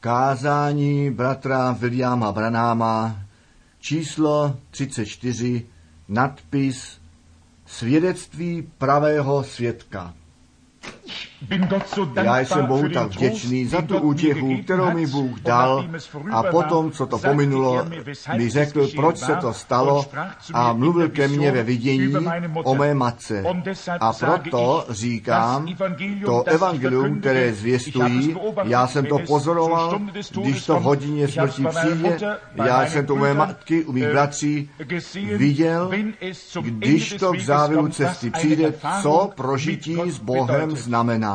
Kázání bratra Williama Branhama, číslo 34, nadpis Svědectví pravého svědka. Já jsem Bohu tak vděčný za tu útěchu, kterou mi Bůh dal, a potom, co to pominulo, mi řekl, proč se to stalo, a mluvil ke mně ve vidění o mé matce. A proto říkám, to evangelium, které zvěstují, já jsem to pozoroval, když to v hodině smrti přijde, já jsem to u mé matky, u mých bratří viděl, když to k závěru cesty přijde, co prožití s Bohem znamená.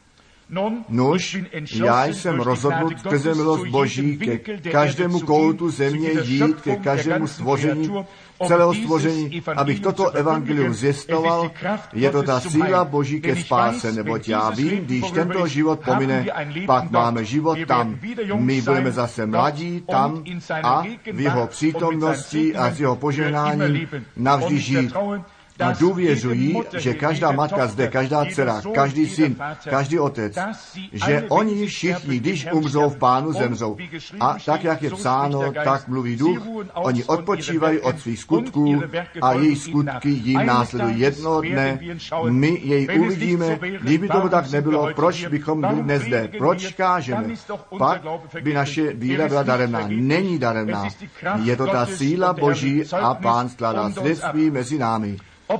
Nuž, já jsem rozhodnut skrze milost Boží ke každému koutu země jít, ke každému stvoření, celého stvoření, abych toto evangelium zvěstoval. Je to ta síla Boží ke spáse, neboť já vím, když tento život pomine, pak máme život tam. My budeme zase mladí tam a v jeho přítomnosti a s jeho požehnáním navždy žít. A důvěřují, že každá matka zde, každá dcera, každý syn, každý otec, že oni všichni, když umřou v Pánu, zemřou. A tak, jak je psáno, tak mluví duch, oni odpočívají od svých skutků a jejich skutky jim následují jednoho dne. My jej uvidíme, kdyby tomu tak nebylo, proč bychom byli dnes zde, proč kážeme? Pak by naše víra byla daremná. Není daremná. Je to ta síla Boží a Pán skládá svědectví mezi námi.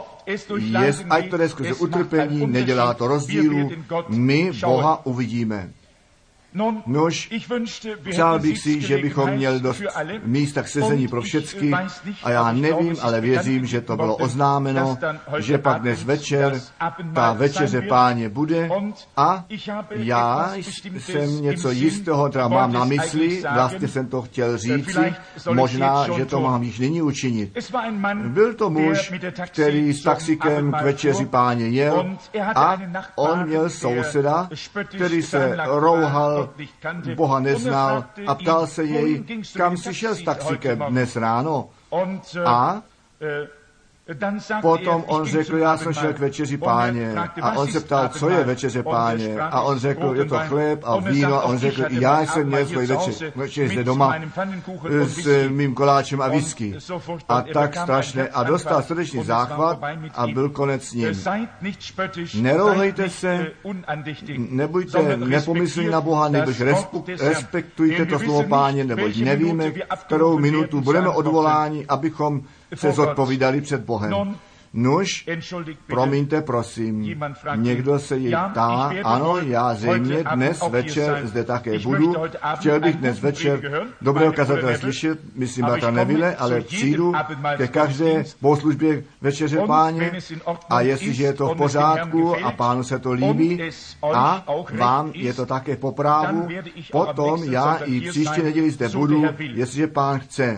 Ať to jde skrze utrpení, nedělá to rozdílu, my Boha uvidíme. Nož, přál bych si, že bychom měli dost místa k sezení pro všecky, a já nevím, ale věřím, že to bylo oznámeno, že pak dnes večer ta večeře Páně bude, a já jsem něco jistého, teda mám na mysli, vlastně jsem to chtěl říci, možná, že to mám již nyní učinit. Byl to muž, který s taxikem k večeři Páně jel, a on měl souseda, který se rouhal, Boha neznal, a ptal se jej, kam jsi šel s taxikem dnes ráno. A potom on řekl, já jsem šel k večeři Páně. A on se ptal, co je večeře Páně. A on řekl, je to chléb a víno. A on řekl, já jsem měl svůj večer zde doma s mým koláčem a whisky. A tak strašné. A dostal srdečný záchvat a byl konec s ním. Nerouhejte se, nebuďte nepomyslní na Boha, nebož respektujte to slovo Páně, neboť nevíme, v kterou minutu budeme odvoláni, abychom se zodpovídali před Bohem. Nuž, promiňte, prosím, někdo se jej ptá, ano, já zřejmě dnes večer zde také budu, chtěl bych dnes večer dobrého kazatele slyšet, myslím bratra Neville, ale přijdu ke každé bohoslužbě večeře Páně, a jestliže je to v pořádku a Pánu se to líbí a vám je to také po právu, potom já i příští neděli zde budu, jestliže Pán chce.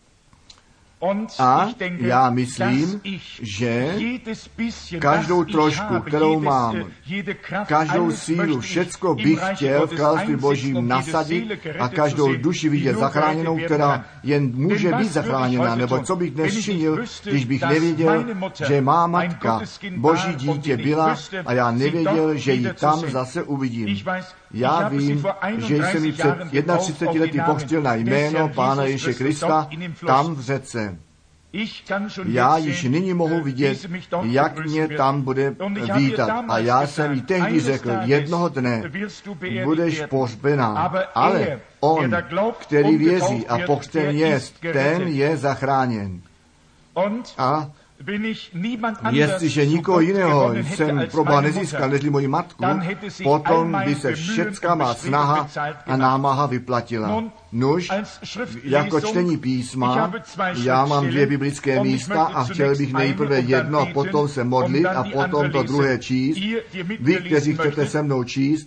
A já myslím, že každou trošku, kterou mám, každou sílu, všecko bych chtěl v království Božím nasadit a každou duši vidět zachráněnou, která jen může být zachráněna, nebo co bych dnes činil, když bych nevěděl, že má matka Boží dítě byla a já nevěděl, že ji tam zase uvidím. Já vím, že jsem ji před 31 lety pokřtil na jméno Pána Ježíše Krista tam v řece. Já již nyní mohu vidět, jak mě tam bude vítat. A já jsem jí tehdy řekl, jednoho dne budeš pohřbená, ale on, který věří a pokřtěn jest, ten je zachráněn. A jestliže nikoho jiného jsem pro Boha nezískal, nežli moji matku, potom by se všecká má snaha a námaha vyplatila. Nuž, jako čtení písma, já mám 2 biblické místa a chtěl bych nejprve jedno a potom se modlit a potom to druhé číst. Vy, kteří chcete se mnou číst,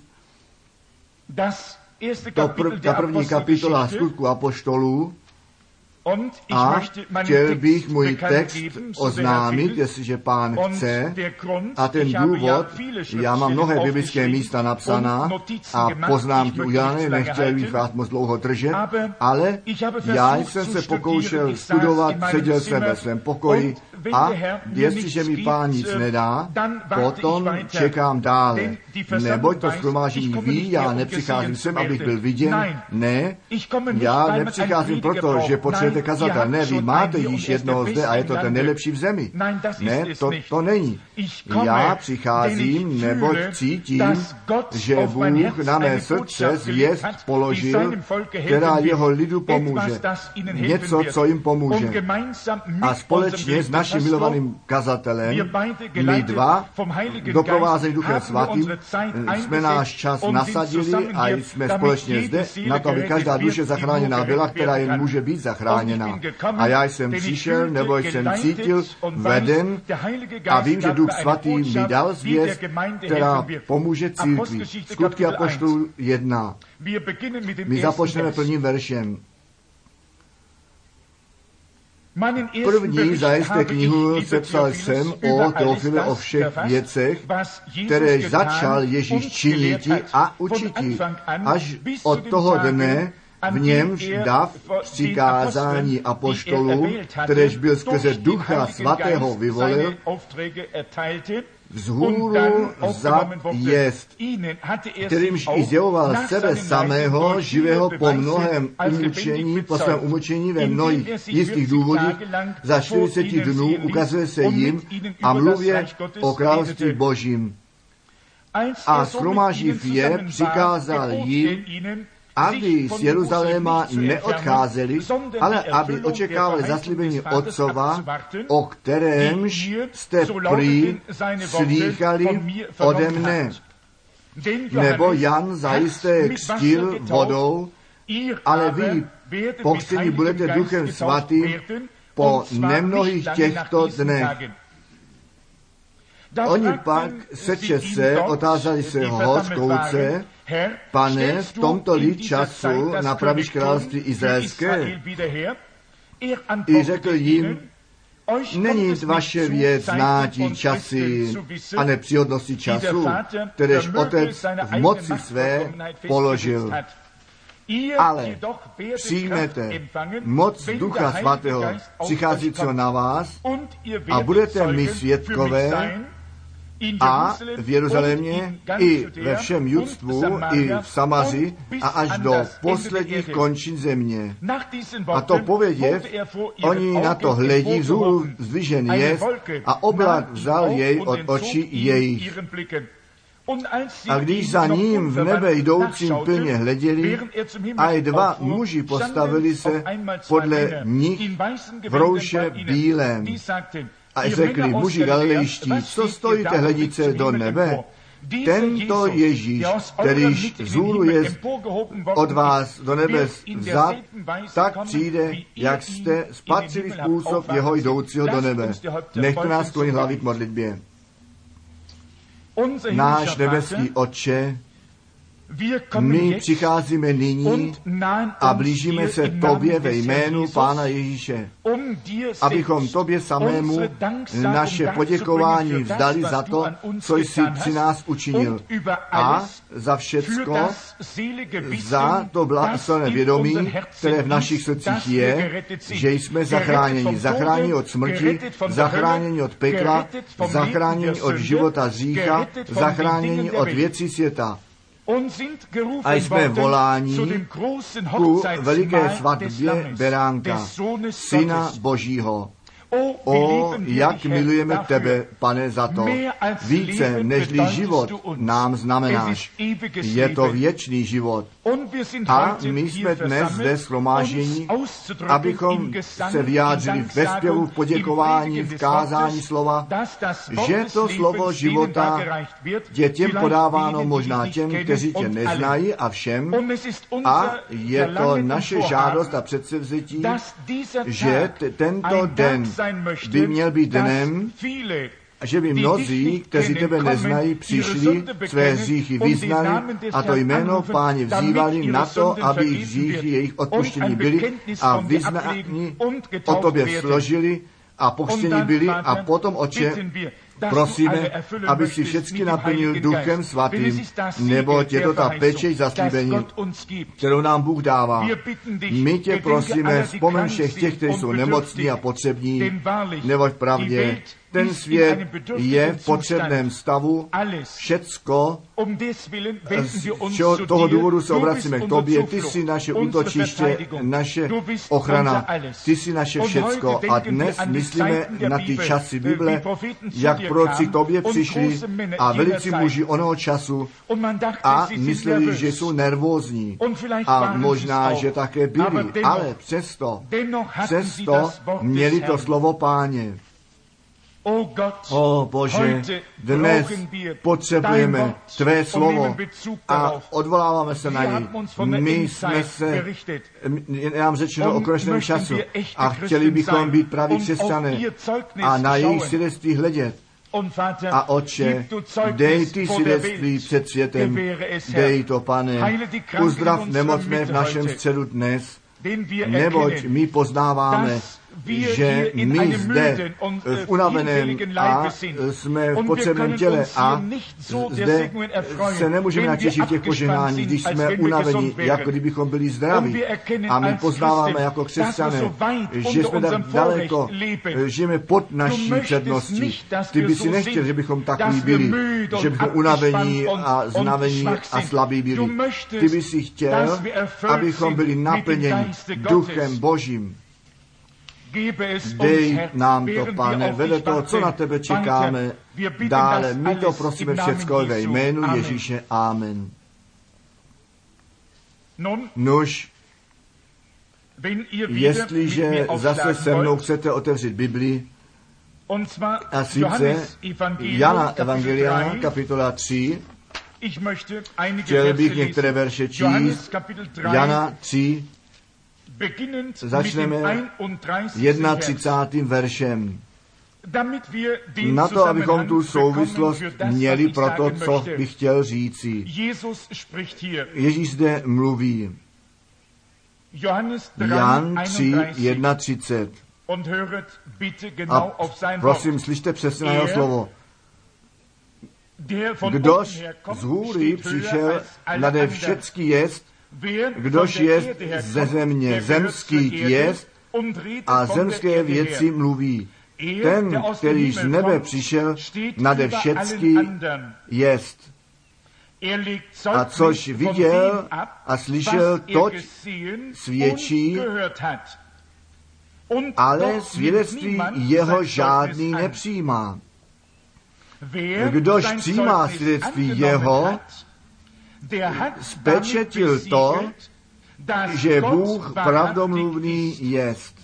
ta první kapitola Skutku apoštolů, a chtěl bych můj text oznámit, jestliže Pán chce, a ten důvod, já mám mnohé biblické místa napsaná a poznámky udělané, nechtěl bych vás moc dlouho držet, ale já jsem se pokoušel studovat, seděl jsem ve svém pokoji A jestliže mi Pán nic nedá, potom čekám dále. Neboť to shromáždění ví, já nepřicházím sem, abych byl viděn. Ne, já nepřicházím proto, že potřebujete kazatele. Ne, vy máte již jednoho zde a je to ten nejlepší v zemi. Ne, to není. Já přicházím, neboť cítím, že Bůh na mé srdce zvěst položil, která jeho lidu pomůže. Něco, co jim pomůže. A společně s naším milovaným kazatelem, my dva, doprovázení Duchem Svatým, jsme náš čas nasadili a jsme společně zde na to, aby každá duše zachráněná byla, která jen může být zachráněna. A já jsem přišel, nebo jsem cítil veden a vím, že Duch Svatý mi dal zvěst, která pomůže církvi. Skutky apoštolů 1. My započneme prvním veršem. První zajisté knihu sepsal jsem o Teofile o všech věcech, které začal Ježíš činiti a učiti, až od toho dne, v němž dav přikázání apoštolů, kteréž byl skrze Ducha Svatého vyvolil, vzhůru zad jest, kterýmž i zjevoval sebe samého živého po mnohém umučení, po svém umučení ve mnohých jistých důvodích, za 40 dnů ukazuje se jim a mluvě o království Božím. A shromáždiv je, přikázal jim, aby z Jeruzaléma neodcházeli, ale aby očekávali zaslíbení Otcova, o kterémž jste prý slýchali ode mne. Nebo Jan zajisté křtil vodou, ale vy pokřtěni budete Duchem Svatým po nemnohých těchto dnech. Oni pak seče se, otázali se ho z kouce, Pane, v tomto lid času napravíš království izraelské? I řekl jim, není vaše věc znátí časy a nepříhodnosti času, kteréž Otec v moci své položil. Ale přijmete moc Ducha Svatého přicházícího na vás a budete mi svědkové a v Jeruzalémě i ve všem judstvu, i v Samaři a až do posledních končin země. A to pověděv, oni na to hledí, vzhůru zdvižen jest a oblak vzal jej od očí jejich. A když za ním v nebe jdoucím plně hleděli, a i dva muži postavili se podle nich v rouše bílém. A řekli muži galilejští, co stojíte hledíce do nebe? Tento Ježíš, kterýž vzhůru je od vás do nebe vzat, tak přijde, jak jste spatřili způsob jeho jdoucího do nebe. Nechte nás sklonit hlavy k modlitbě. Náš nebeský Otče, my přicházíme nyní a blížíme se Tobě ve jménu Pána Ježíše, abychom Tobě samému naše poděkování vzdali za to, co jsi při nás učinil. A za všecko, za to blahoslavené vědomí, které v našich srdcích je, že jsme zachráněni. Zachráněni od smrti, zachráněni od pekla, zachráněni od života hřícha, zachráněni od věcí světa. A jsme voláni ku veliké svatbě beránka, Syna Božího. O, jak milujeme Tebe, Pane, za to. Více nežli život nám znamenáš. Je to věčný život. A my jsme dnes zde shromážděni, abychom se vyjádřili ve zpěvu, v poděkování, v kázání slova, že to slovo života je těm podáváno, možná těm, kteří tě neznají a všem. A je to naše žádost a předsevzetí, že tento den by měl být dnem, že by mnozí, kteří tebe neznají, přišli, své hříchy vyznali a to jméno Páně vzývali na to, aby jejich hříchy, jejich odpuštění byly a vyznání o tobě složili a pokřtěni byli a potom, Otče, Prosíme, aby si všechny naplnil Duchem Svatým, neboť je to ta pečeť zaslíbení, kterou nám Bůh dává. My tě prosíme, vzpomeň všech těch, kteří jsou nemocní a potřební, neboť pravdě ten svět je v potřebném stavu, všecko, z toho důvodu se obracíme k tobě, ty jsi naše útočiště, naše ochrana, ty jsi naše všecko. A dnes myslíme na ty časy Bible, jak proroci k tobě přišli a velicí muži onoho času a mysleli, že jsou nervózní. A možná, že také byli, ale přesto měli to slovo Páně. O Bože, dnes potřebujeme tvé slovo a odvoláváme se na něj. My jsme se, nám řečeno o konečném času a chtěli bychom být praví křesťané a na jejich svědectví hledět. A Otče, dej ty svědectví před světem, dej to, Pane, uzdrav nemocné v našem středu dnes, neboť my poznáváme, že my zde v unaveném a jsme v potřebném těle a zde se nemůžeme natěšit těch požehnání, když jsme unavení, jako kdybychom byli zdraví. A my poznáváme jako křesťané, že jsme tak daleko, žijeme pod naší předností. Ty by si nechtěl, že bychom takový byli, že bychom unavení a znavení a slabí byli. Ty by si chtěl, abychom byli naplněni Duchem Božím. Dej nám to, Pane, vede to, co na tebe čekáme. Dále my to prosíme všecko ve jménu Ježíše. Amen. Nuž, jestliže zase se mnou chcete otevřít Biblii, a sice Jana Evangelia, kapitola 3, chtěl bych některé verše číst, Jana 3, začneme 31. veršem. Na to, abychom tu souvislost měli pro to, co bych chtěl říci. Ježíš zde mluví. Jan 3, 31. A prosím, slyšte přesně na jeho slovo. Kdož z hůry přišel nade všecky jest, kdož jest ze země zemský jest a zemské věci mluví. Ten, který z nebe přišel, nade všecky jest. A což viděl a slyšel, toť svědčí, ale svědectví jeho žádný nepřijímá. Kdož přijímá svědectví jeho, spečetil to, že Bůh pravdomluvný jest.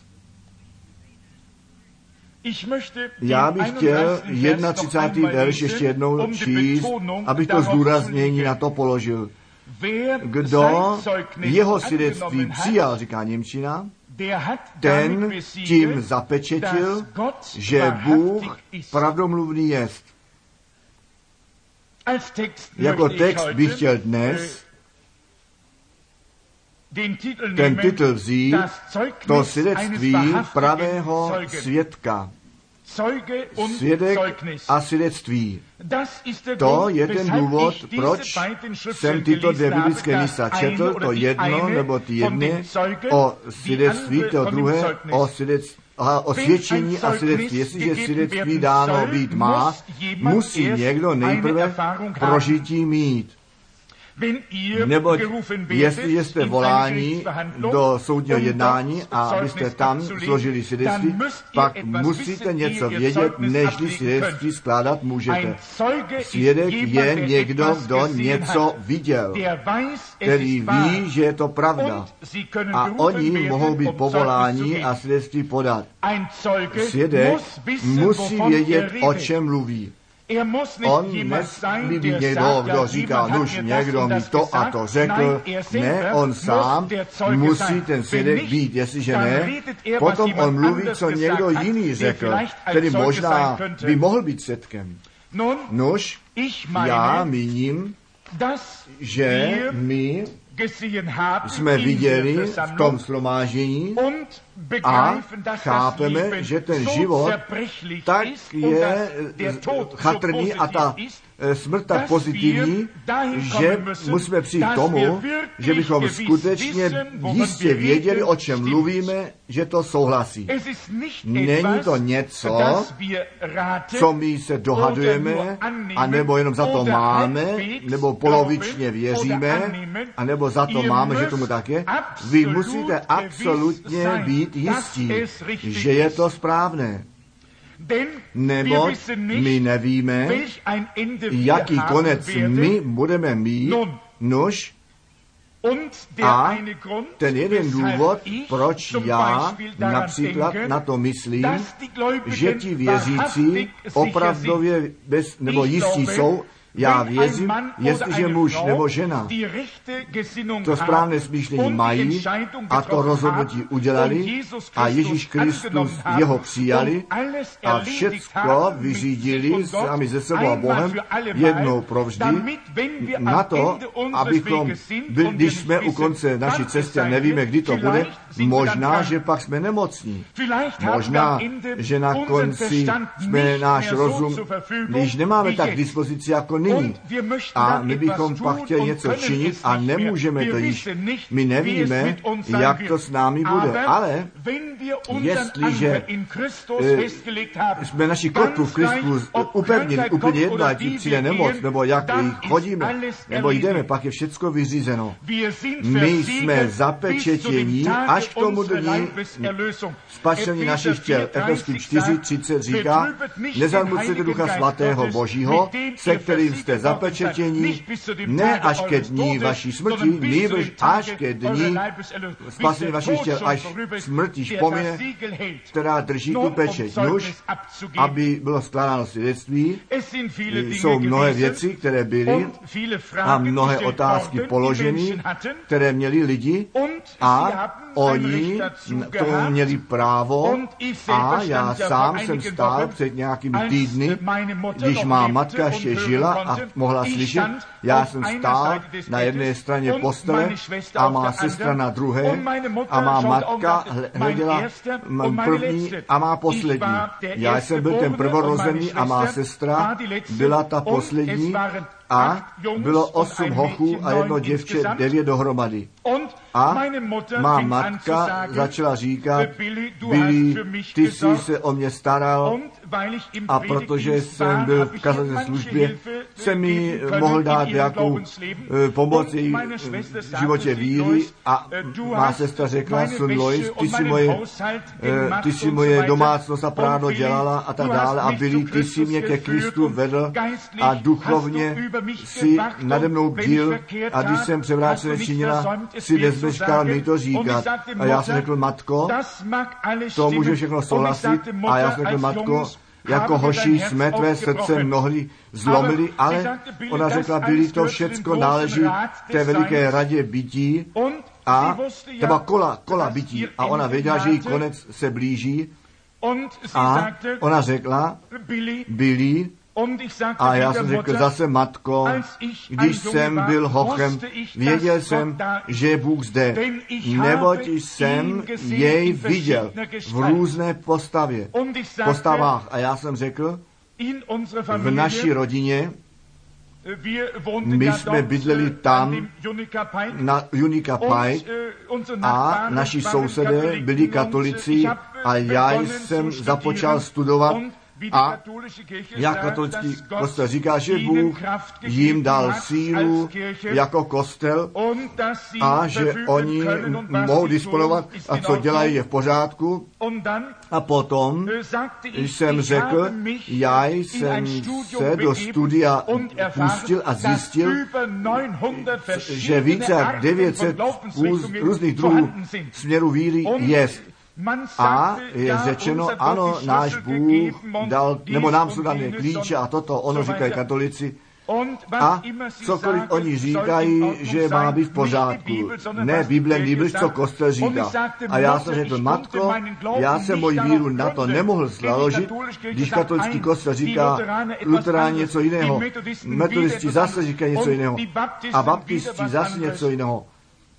Já bych chtěl 31. verš ještě jednou číst, abych to zdůraznění na to položil. Kdo jeho svědectví přijal, říká němčina, ten tím zapečetil, že Bůh pravdomluvný jest. Jako text bych chtěl dnes ten titul vzít, to svědectví pravého svědka. Svědek a svědectví. To je ten důvod, proč jsem tyto dvě biblické místa četl, to jedno nebo ty jedny o svědectví, to druhé o svědčení a svědectví. Jestliže svědectví dáno být má, musí někdo nejprve prožití mít. Neboť jestliže jste voláni do soudního jednání a abyste tam složili svědectví, pak musíte něco vědět, nežli svědectví skládat můžete. Svědek je někdo, kdo něco viděl, který ví, že je to pravda. A oni mohou být povoláni a svědectví podat. Svědek musí vědět, o čem mluví. On nesmí být někdo, kdo říká, nuž někdo mi to a to řekl. Ne, on sám musí ten svědek být. Jestliže ne, potom on mluví, co někdo jiný řekl, který možná by mohl být svědkem. Nuž, já míním, že my jsme viděli v tom shromáždění a chápeme, že ten život tak je chatrný a ta smrt tak pozitivní, že musíme přijít k tomu, že bychom skutečně jistě věděli, o čem mluvíme, že to souhlasí. Není to něco, co my se dohadujeme, anebo jenom za to máme, nebo polovičně věříme, anebo za to máme, že tomu tak je. Vy musíte absolutně být jistí, že je to správné. Neboť my nevíme, jaký konec my budeme mít, nož a ten jeden důvod, proč já například na to myslím, že ti věřící opravdově nebo jistí jsou, já věřím, jestliže muž nebo žena to správné smýšlení mají a to rozhodnutí udělali a Ježíš Kristus jeho přijali a všecko vyřídili sami ze sebou a Bohem jednou provždy na to, abychom, když jsme u konce naší cesty a nevíme, kdy to bude, možná, že pak jsme nemocní. Možná, že na konci jsme náš rozum, když nemáme tak k dispozici jako nyní. A my bychom pak chtěli něco činit a nemůžeme to již. My nevíme, jak to s námi bude. Ale jestliže jsme naši kotvu v Kristu upevnili, úplně jedno, ať přijde nemoc, nebo jak chodíme, nebo jdeme, pak je všecko vyřízeno. My jsme zapečetění až k tomu dní spasení našich těl. Efeským 4:30 říká, nezarmucujte Ducha Svatého Božího, se kterým jste zapečetění, ne až ke dní vaší smrti, nýbrž až ke dní spasení vašich těl, až smrti pomine, která drží tu pečeť. Nuž, aby bylo skládáno svědectví, jsou mnohé věci, které byly a mnohé otázky položeny, které měli lidi a oni to měli právo a já sám jsem stál před nějakými týdny, když má matka ještě žila a mohla slyšet, já jsem stál na jedné straně postele a má sestra na druhé a má matka hleděla první a má poslední. Já jsem byl ten prvorozený a má sestra byla ta poslední a bylo 8 hochů a jedno děvče, 9 dohromady. A má matka začala říkat, Billy, ty jsi se o mě staral a protože jsem byl v kazatelské službě, jsem mi mohl dát nějakou pomoc její v životě víry a má sestra řekla, son Lois, ty jsi moje domácnost a práno dělala a tak dále a Billy, ty jsi mě ke Kristu vedl a duchovně si nade mnou bdil a když jsem převráceně činila, si nezmeškal mi to říkat. A já jsem řekl, matko, to může všechno souhlasit a já jsem řekl, matko, jako hoši jsme tvé srdce mnohdy zlomili, ale ona řekla, Billy, to všecko náleží té veliké radě bytí a třeba kola bytí a ona věděla, že jí konec se blíží a ona řekla, Billy, a já jsem řekl zase, matko, když jsem byl hochem, věděl jsem, že je Bůh zde, neboť jsem jej viděl v různé postavách. A já jsem řekl, v naší rodině, my jsme bydleli tam na Junika Pike a naši sousedé byli katolici a já jsem započal studovat a jak katolický kostel říká, že Bůh jim dal sílu jako kostel a že oni mohou disponovat a co dělají je v pořádku. A potom jsem řekl, já jsem se do studia pustil a zjistil, že více jak 900 různých druhů směru víry jest. A je řečeno, ano, náš Bůh dal, nebo nám jsou dané klíče a toto, ono říkají katolici. A cokoliv oni říkají, že má být v pořádku. Ne Bible, nýbrž co kostel říká. A já jsem řekl, matko, já jsem moji víru na to nemohl založit, když katolický kostel říká luteráni něco jiného, metodisti zase říkají něco jiného a baptisti zase něco jiného.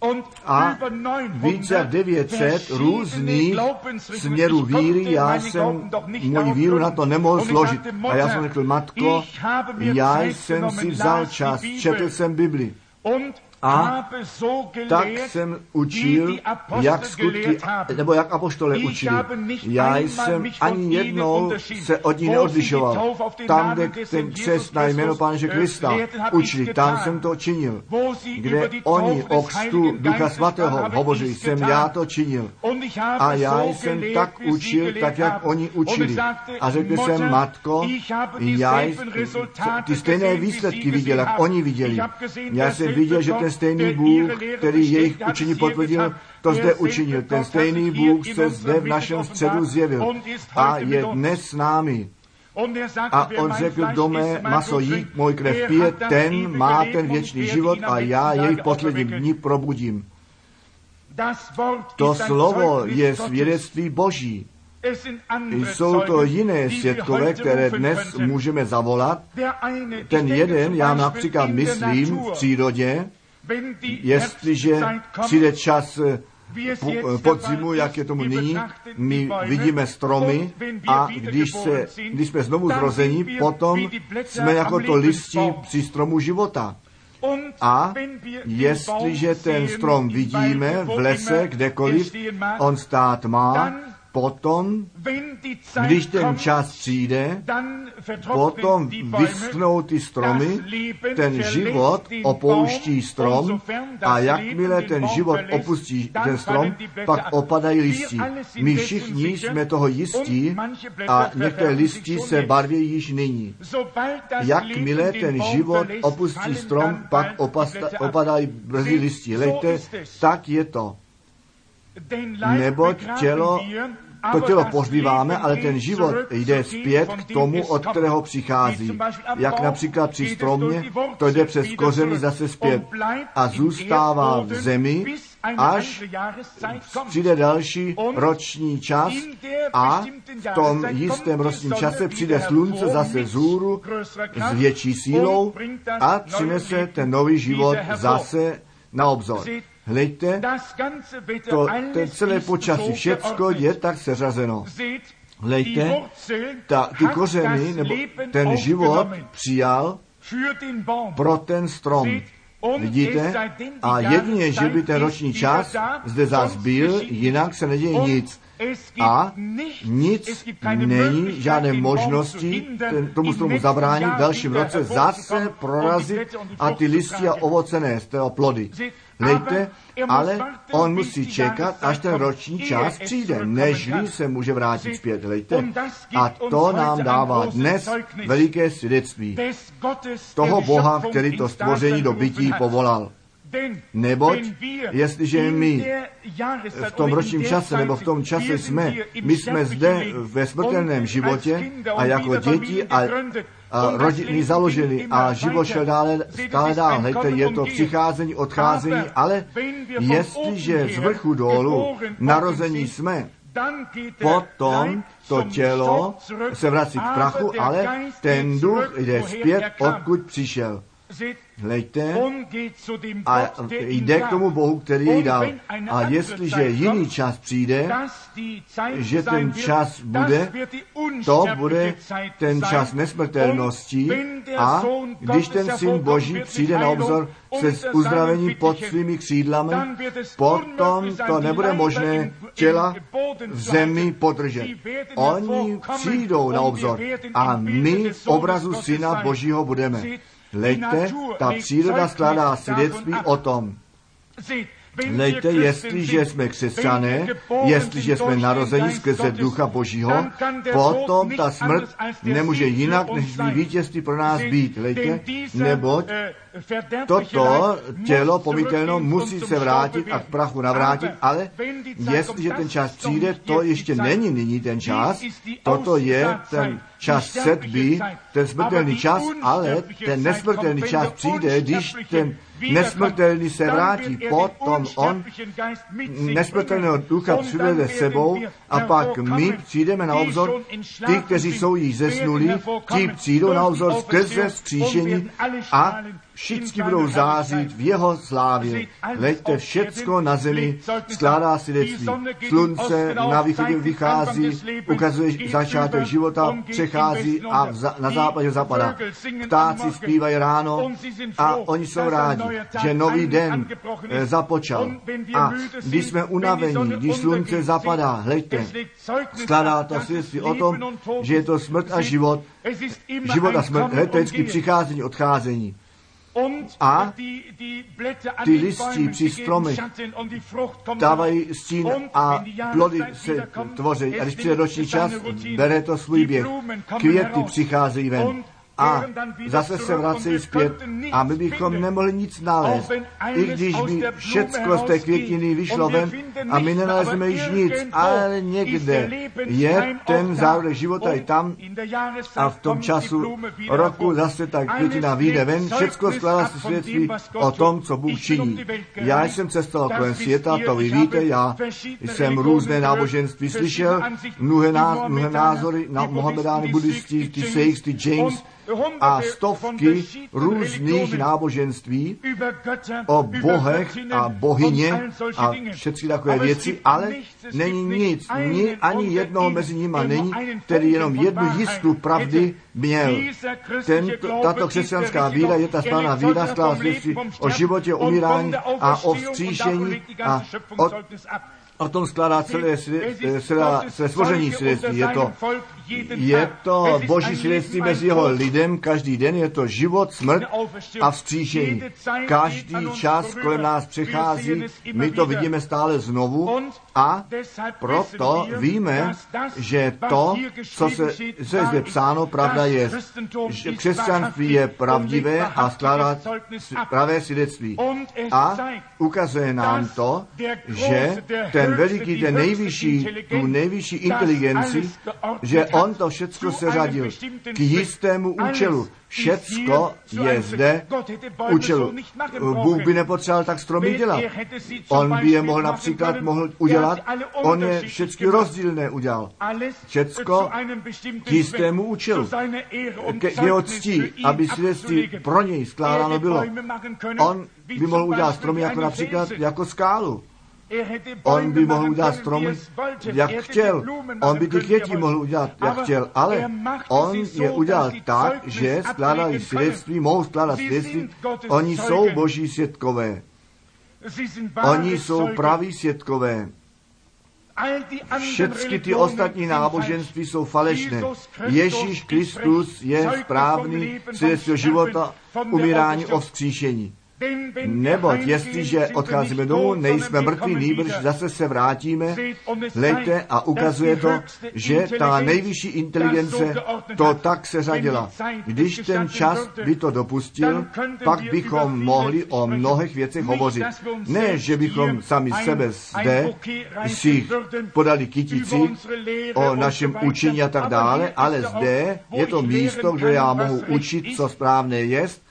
a více jak 900 různých směrů víry. Já jsem moji víru na to nemohl složit. A já jsem řekl, Matko, já jsem si vzal čas, četl jsem Bibli. A tak jsem učil, jak skutky, nebo jak apoštole učili. Já jsem ani jednou se od ní neodlišoval. Tam, kde ten křest na jméno Pána Krista učili, tam jsem to činil. Kde oni o křtu Ducha Svatého hovořili, jsem já to činil. A já jsem tak učil, tak jak oni učili. A řekl jsem, Matko, já ty stejné výsledky viděl, jak oni viděli. Já jsem viděl, že ten stejný Bůh, který jejich učení potvrdil, to zde učinil. Ten stejný Bůh se zde v našem středu zjevil a je dnes s námi. A on řekl, kdo mé maso jí, můj krev pije, ten má ten věčný život a já jej v posledním dni probudím. To slovo je svědectví Boží. Jsou to jiné svědkové, které dnes můžeme zavolat. Ten jeden, já například myslím v přírodě, jestliže přijde čas podzimu, jak je tomu nyní, my vidíme stromy a když jsme znovu zrození, potom jsme jako to listí při stromu života. A jestliže ten strom vidíme v lese, kdekoliv on stát má, potom, když ten čas přijde, potom vyschnou ty stromy, ten život opouští strom a jakmile ten život opustí ten strom, pak opadají listí. My všichni jsme toho jistí a některé listí se barví již nyní. Jakmile ten život opustí strom, pak opadají brzy listí. Lejte, tak je to. Neboť to tělo pohřbíváme, ale ten život jde zpět k tomu, od kterého přichází. Jak například při stromě, to jde přes kořeny zase zpět a zůstává v zemi, až přijde další roční čas a v tom jistém ročním čase přijde slunce zase vzhůru s větší sílou a přinese ten nový život zase na obzor. Hleďte, ten celé počasí, všecko je tak seřazeno. Hleďte, ty kořeny, nebo ten život přijal pro ten strom. Vidíte? A jedině, že by ten roční čas zde zás byl, jinak se neděje nic. A nic není, žádné možnosti tomu stromu zabránit v dalším roce zase prorazit a ty listy a ovoce nést, to plody. Lejte, ale on musí čekat, až ten roční čas přijde, nežli se může vrátit zpět. Lejte. A to nám dává dnes veliké svědectví toho Boha, který to stvoření do bytí povolal. Neboť, jestliže my v tom ročním čase, nebo v tom čase my jsme zde ve smrtelném životě a jako děti a rodiny založili a život šel stále dál. Hejte, je to přicházení, odcházení, ale jestliže z vrchu dolů narození jsme, potom to tělo se vrací k prachu, ale ten duch jde zpět, odkud přišel. Hleďte, a jde k tomu Bohu, který jej dal. A jestliže jiný čas přijde, že ten čas bude, to bude ten čas nesmrtelnosti a když ten Syn Boží přijde na obzor se s uzdravením pod svými křídlami, potom to nebude možné těla v zemi podržet. Oni přijdou na obzor a my v obrazu Syna Božího budeme. Hleďte, ta příroda skládá svědectví o tom. Hleďte, jestliže jsme křesťané, jestliže jsme narozeni skrze Ducha Božího, potom ta smrt nemůže jinak, než by vítězství pro nás být. Hleďte, neboť toto tělo pomytelno musí se vrátit a k prachu navrátit, ale jestliže ten čas přijde, to ještě není nyní ten čas, toto je ten čas setby, ten smrtelný čas, ale ten nesmrtelný čas přijde, když ten nesmrtelný se vrátí, potom on nesmrtelného ducha přivede sebou a pak my přijdeme na obzor, ty, kteří jsou již zesnulí, ti přijdou na obzor skrze vzkříšení a všichni budou zářit v jeho slávě. Hleďte, všecko na zemi skládá svědectví. Slunce na východě vychází, ukazuje začátek života, přechází a na západě zapadá. Ptáci zpívají ráno a oni jsou rádi, že nový den započal. A když jsme unavení, když slunce zapadá, hleďte, skládá to svědectví o tom, že je to smrt a život, život a smrt, hleďte, vždycky přicházení, odcházení. A ty listí při stromech dávají stín a plody se tvoří. A když přijde roční čas, bere to svůj běh. Květy přicházejí ven. A zase se vracejí zpět a my bychom nemohli nic nalézt. I když by všecko z té květiny vyšlo ven a my nenalezneme již nic, ale někde je ten zárodek života i tam a v tom času roku zase ta květina vyjde ven. Všecko skládá se svědectví o tom, co Bůh činí. Já jsem cestoval kolem světa, to vy víte, já jsem různé náboženství slyšel, mnohé názory na Mohamedány, buddhisti, ty Sikhs, ty Jains, a stovky různých náboženství o bohech a bohyně a všechny takové věci, ale není nic, ani jednoho mezi nima není, který jenom jednu jiskru pravdy měl. Tato křesťanská víra je ta správná víra, skládá svědectví o životě, umírání a o vzkříšení a o tom skládá celé stvoření svědectví. Je to boží svědectví mezi jeho lidem, každý den je to život, smrt a vzkříšení. Každý čas kolem nás přechází, my to vidíme stále znovu a proto víme, že to, co se zde psáno, pravda je, že křesťanství je pravdivé a skládá pravé svědectví. A ukazuje nám to, že ten veliký, ten nejvyšší, tu nejvyšší inteligenci, že on to všecko seřadil k jistému účelu. Všecko je zde účelu. Bůh by nepotřeboval tak stromy dělat. On by je mohl udělat, on je všechny rozdílné udělal. Všecko k jistému účelu. K jeho cti, aby svědectví pro něj skládáno bylo. On by mohl udělat stromy jako například jako skálu. On by mohl udělat stromy, jak chtěl. On by ty květi mohl udělat, jak chtěl. Ale on je udělal tak, že skládají svědectví, mohou skládat svědectví. Oni jsou boží svědkové. Oni jsou praví svědkové. Všechny ty ostatní náboženství jsou falešné. Ježíš Kristus je správný svědectví života, umírání o vzkříšení. Neboť jestliže odcházíme domů, nejsme mrtví, nýbrž zase se vrátíme, hleďte a ukazuje to, že ta nejvyšší inteligence to tak seřadila. Když ten čas by to dopustil, pak bychom mohli o mnohých věcech hovořit. Ne, že bychom sami sebe zde si podali kytici o našem učení a tak dále, ale zde je to místo, kde já mohu učit, co správné jest.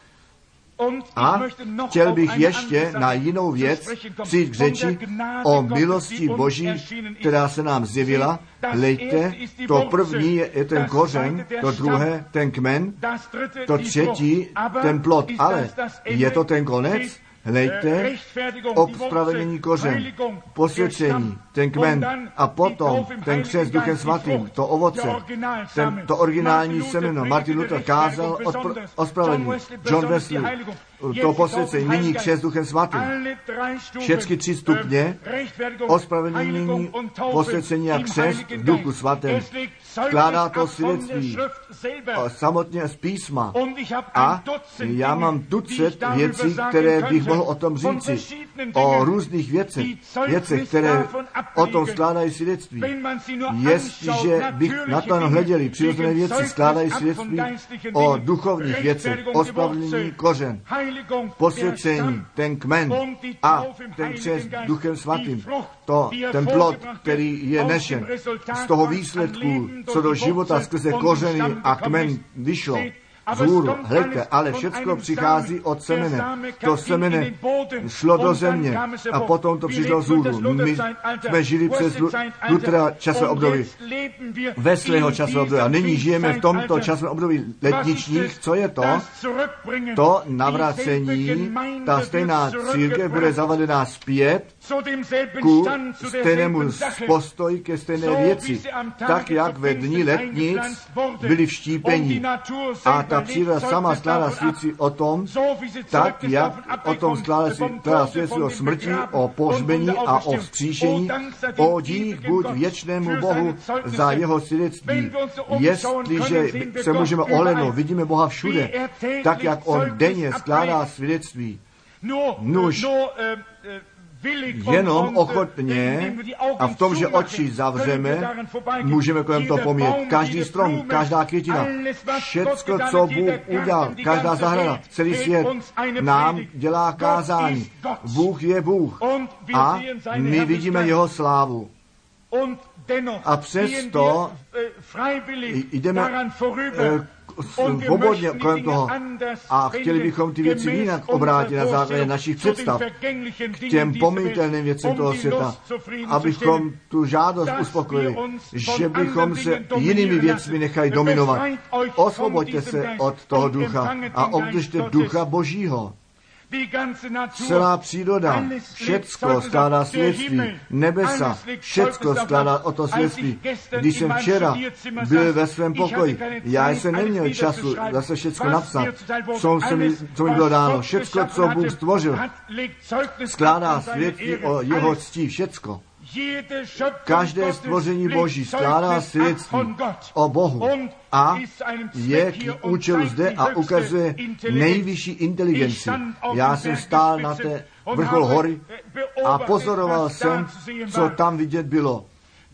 A chtěl bych ještě na jinou věc přijít k řeči o milosti Boží, která se nám zjevila. Hleďte, to první je ten kořen, to druhé ten kmen, to třetí ten plod. Ale je to ten konec? Hleďte, ospravedlnění kořen, posvěcení, ten kmen a potom ten křest Duchem Svatým, to ovoce, to originální semeno. Martin Luther kázal ospravedlnění, John Wesley, to posvěcení, nyní křest Duchem Svatým. Všechny 3 stupně, ospravedlnění, posvěcení a křest v Duchu Svatém. Skládá to svědectví samotně z písma. A já mám tucet věcí, které bych mohl o tom říci. O různých věcech, které o tom skládají svědectví. Jestliže bych na to hleděli, přirozené věci skládají svědectví o duchovních věcech, ospravedlnění kořen, posvěcení, ten kmen a ten křest Duchem Svatým. Ten plod, který je nešen z toho výsledku, co do života skrze kořeny a kmen vyšlo. vzhůru. Hleďte, ale všecko přichází od semene. To semene šlo do země a potom to přišlo vzhůru. My jsme žili přes Lutra časové období, ve svého časového období. A nyní žijeme v tomto časovém období letničních. Co je to? To navracení, ta stejná církev bude zavedená zpět ku stejnému postoji, ke stejné věci. Tak, jak ve dní letnic byli vštípení. A ta příroda sama skládá svědectví o tom, tak, jak o tom skládá svědectví o smrti, o pohřbení a o vzkříšení, o dík buď věčnému Bohu za jeho svědectví. Jestliže se můžeme ohlédnout, vidíme Boha všude, tak, jak on denně skládá svědectví. Nuž, jenom ochotně a v tom, že oči zavřeme, můžeme kolem toho pomíjet. Každý strom, každá květina, všecko, co Bůh udělal, každá zahrada, celý svět nám dělá kázání. Bůh je Bůh a my vidíme jeho slávu. A přesto jdeme svobodně kolem toho a chtěli bychom ty věci jinak obrátit na základě našich představ k těm pomytelným věcem toho světa, abychom tu žádost uspokojili, že bychom se jinými věcmi nechali dominovat. Osvoboďte se od toho ducha a obdržte ducha Božího. Celá příroda, všecko skládá svědectví, nebesa, všecko skládá o to svědectví. Když jsem včera byl ve svém pokoji, já jsem neměl času zase všecko napsat, co mi bylo dáno. Všecko, co Bůh stvořil, skládá svědectví o jeho ctí, všecko. Každé stvoření Boží skládá svědectví o Bohu a je k účelu zde a ukazuje nejvyšší inteligenci. Já jsem stál na té vrchol hory a pozoroval jsem, co tam vidět bylo.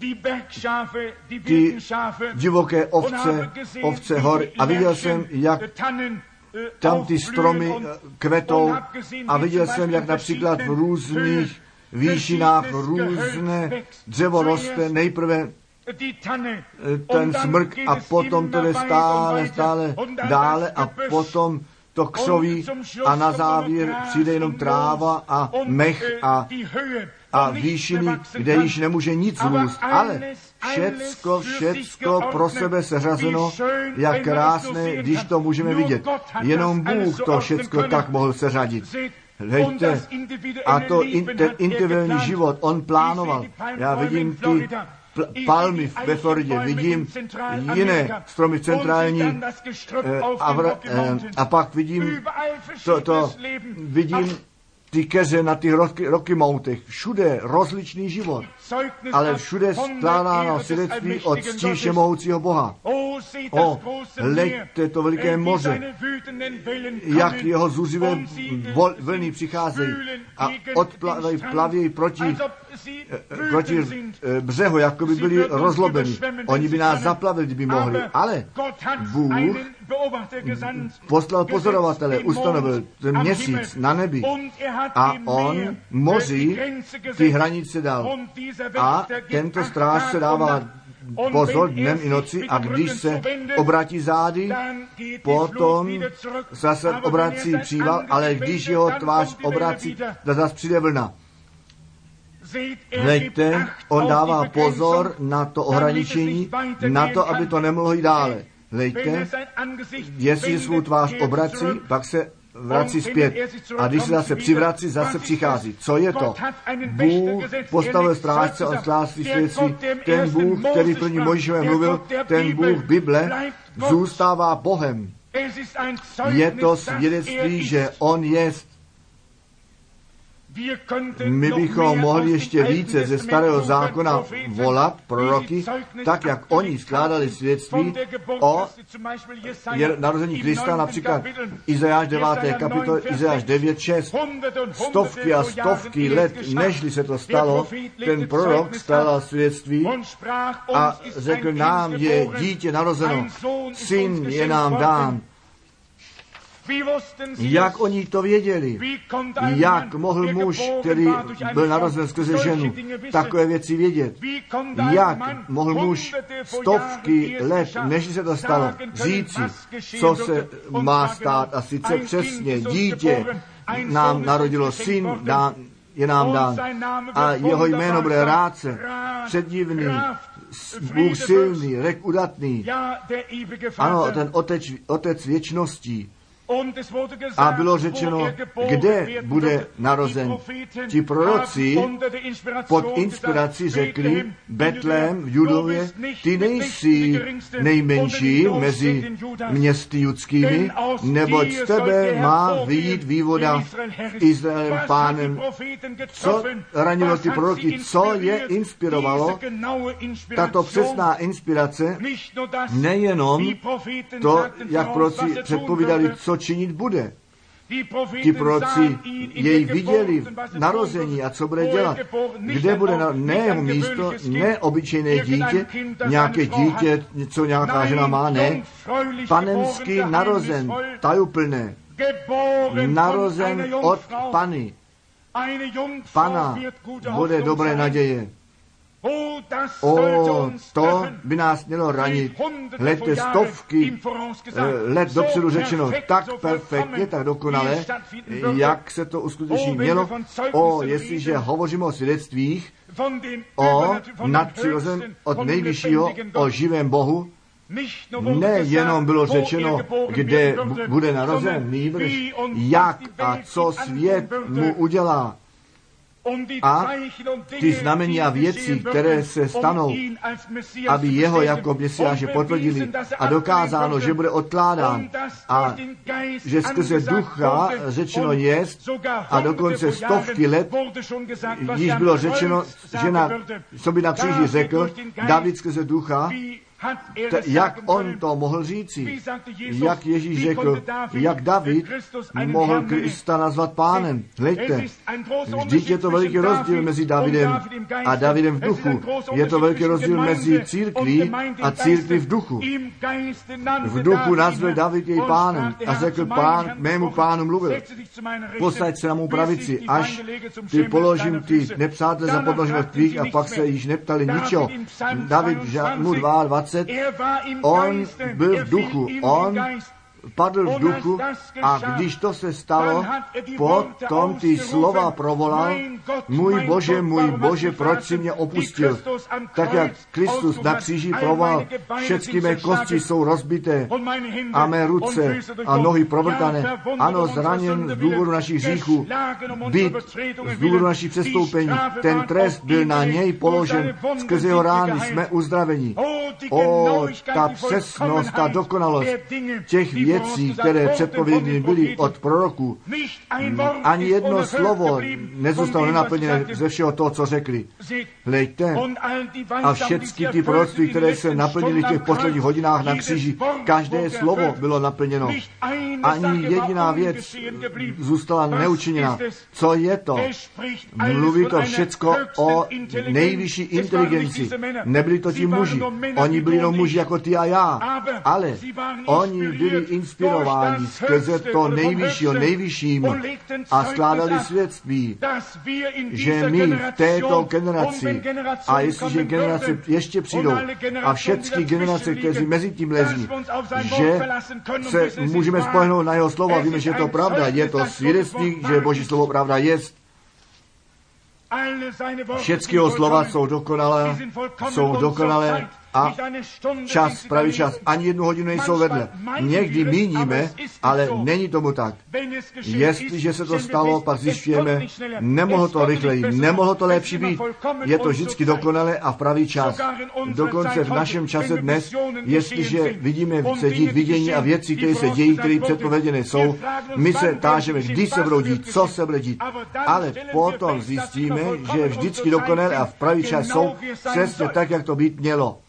Ty divoké ovce hory a viděl jsem, jak tam ty stromy kvetou a viděl jsem, jak například v různých výšinách různé dřevo roste, nejprve ten smrk a potom to jde stále dále a potom to křoví a na závěr přijde jenom tráva a mech a výšiny, kde již nemůže nic růst, ale všecko pro sebe seřazeno, jak krásné, když to můžeme vidět. Jenom Bůh to všecko tak mohl seřadit. Hejte, a to ten individuální život, on plánoval. Já vidím ty palmy ve Floridě, vidím jiné stromy centrální a pak vidím vidím ty keře na těch Rocky Mountech. Všude rozličný život, ale všude skládáno svědectví od ctí všemohoucího Boha. Hleďte to veliké moře, jak jeho zuřivé vlny přicházejí a plavějí proti břehu, jako by byli rozlobeni. Oni by nás zaplavili, kdyby mohli, ale Bůh poslal pozorovatele, ustanovil ten měsíc na nebi a on moři ty hranice dal. A tento stráž se dává pozor dnem i noci a když se obrátí zády, potom zase obrací příval, ale když jeho tvář obrací, zase přijde vlna. Hleďte, on dává pozor na to ohraničení, na to, aby to nemohlo jít dále. Hleďte, jestli svou tvář obrací, pak se vrací zpět. A když se zase přivrací, zase přichází. Co je to? Bůh postavil strážce, on skládá svědectví. Ten Bůh, který první Mojžíšové mluvil, ten Bůh Bible, zůstává Bohem. Je to svědectví, že on jest. My bychom mohli ještě více ze starého zákona volat proroky, tak jak oni skládali svědectví o narození Krista, například Izajáš 9. kapitol, Izajáš 9.6. Stovky a stovky let, nežli se to stalo, ten prorok skládal svědectví a řekl, nám je dítě narozeno, syn je nám dán. Jak oni to věděli? Jak mohl muž, který byl narozen skrze ženu, takové věci vědět? Jak mohl muž stovky let, než se to stalo, říci, co se má stát? A sice přesně, dítě nám narodilo, syn je nám dán a jeho jméno bude rádce, předdivný, Bůh silný, rek udatný. Ano, ten otec věčností. A bylo řečeno, kde bude narozen. Ti proroci pod inspirací řekli, Betlém v Judově, ty nejsi nejmenší mezi městy judskými, neboť z tebe má vyjít vývoda Izraelem pánem. Co ranilo ty proroky, co je inspirovalo? Tato přesná inspirace, nejenom to, jak proroci předpovídali, co činit bude. Ti proroci jej viděli v narození a co bude dělat. Kde bude ne jeho místo, ne obyčejné dítě, nějaké dítě, co nějaká žena má, ne. Panenský narozen, tajuplné, narozen od Pany. Pana bude dobré naděje. To by nás mělo ranit. Hleďte, stovky let dopředu řečeno tak perfektně, tak dokonale, jak se to uskuteční mělo. Jestliže hovoříme o svědectvích, o nadpřirozeném od nejvyššího, o živém Bohu, nejenom bylo řečeno, kde bude narozen, nýbrž jak a co svět mu udělá. A ty znamení a věci, které se stanou, aby jeho jako Mesiáše potvrdili a dokázáno, že bude odkládán a že skrze ducha řečeno jest a dokonce stovky let již bylo řečeno, že co by na kříži řekl, David skrze ducha, jak on to mohl říci, jak Ježíš řekl, jak David mohl Krista nazvat pánem. Hleďte, vždyť je to veliký rozdíl mezi Davidem a Davidem v duchu. Je to veliký rozdíl mezi církví a církví v duchu. V duchu nazval David jej pánem a řekl, pán mému pánu mluvil, posaď se na mou pravici, až ty položím ty nepřátelé za podnoženo tvých, a pak se již neptali ničeho. David mu 22, on byl v duchu, on padl v duchu a když to se stalo, potom ty slova provolal, můj Bože, proč jsi mě opustil? Tak jak Kristus na kříži provolal, všechny mé kosti jsou rozbité a mé ruce a nohy provrtané. Ano, zraněn z důvodu našich hříchů, byt z důvodu našich přestoupení. Ten trest byl na něj položen, skrze jeho rány jsme uzdraveni. Ta přesnost, ta dokonalost těch věcí, které předpověděny byly od proroků. Ani jedno slovo nezůstalo nenaplněné ze všeho toho, co řekli. Hleďte, a všechny ty proroctví, které se naplnily v těch posledních hodinách na kříži, každé slovo bylo naplněno. Ani jediná věc zůstala neučiněna. Co je to? Mluví to všecko o nejvyšší inteligenci. Nebyli to ti muži. Oni byli jenom muži jako ty a já. Ale oni byli inspirováni skrze to nejvyššímu a skládali svědectví, že my v této generaci, a jestliže generace ještě přijdou, a všechny generace, kteří mezi tím lezí, že se můžeme spolehnout na jeho slova, víme, že je to pravda, je to svědectví, že Boží slovo pravda jest. Všechny jeho slova jsou dokonalé a pravý čas, ani jednu hodinu nejsou vedle. Někdy míníme, ale není tomu tak. Jestliže se to stalo, pak zjišťujeme, nemohlo to rychleji, nemohlo to lepší být. Je to vždycky dokonalé a v pravý čas. Dokonce v našem čase dnes, jestliže vidíme vidění a věci, které se dějí, které předpověděné jsou, my se tážeme, kdy se budou dít, co se bude dít. Ale potom zjistíme, že vždycky dokonalé a v pravý čas jsou přesně tak, jak to být mělo.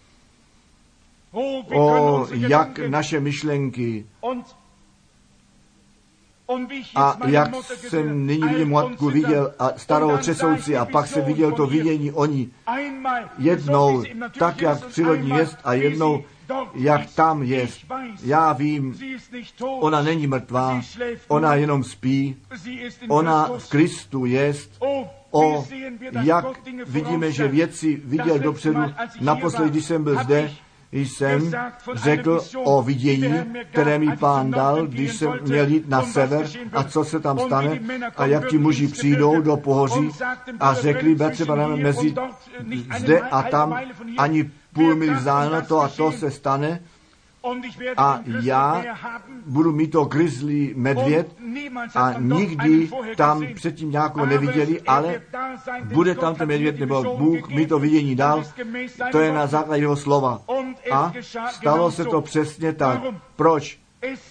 Jak naše myšlenky A jak jsem nyní vidím matku viděl a starou třesouci a pak jsem viděl to vidění o ní jednou tak, jak přírodní jest a jednou, jak tam jest. Já vím, ona není mrtvá, ona jenom spí, ona v Kristu jest. Jak vidíme, že věci viděl dopředu. Naposledy, když jsem byl zde, jsem řekl o vidění, které mi Pán dal, když jsem měl jít na sever a co se tam stane a jak ti muži přijdou do pohoří a řekli, bratře, mezi zde a tam ani půl mily vzdáleně to a to se stane a já budu mít to grizzly medvěd a nikdy tam předtím nějakou neviděli, ale bude tam ten medvěd, nebo Bůh mi to vidění dal, to je na základě jeho slova. A stalo se to přesně tak. Proč?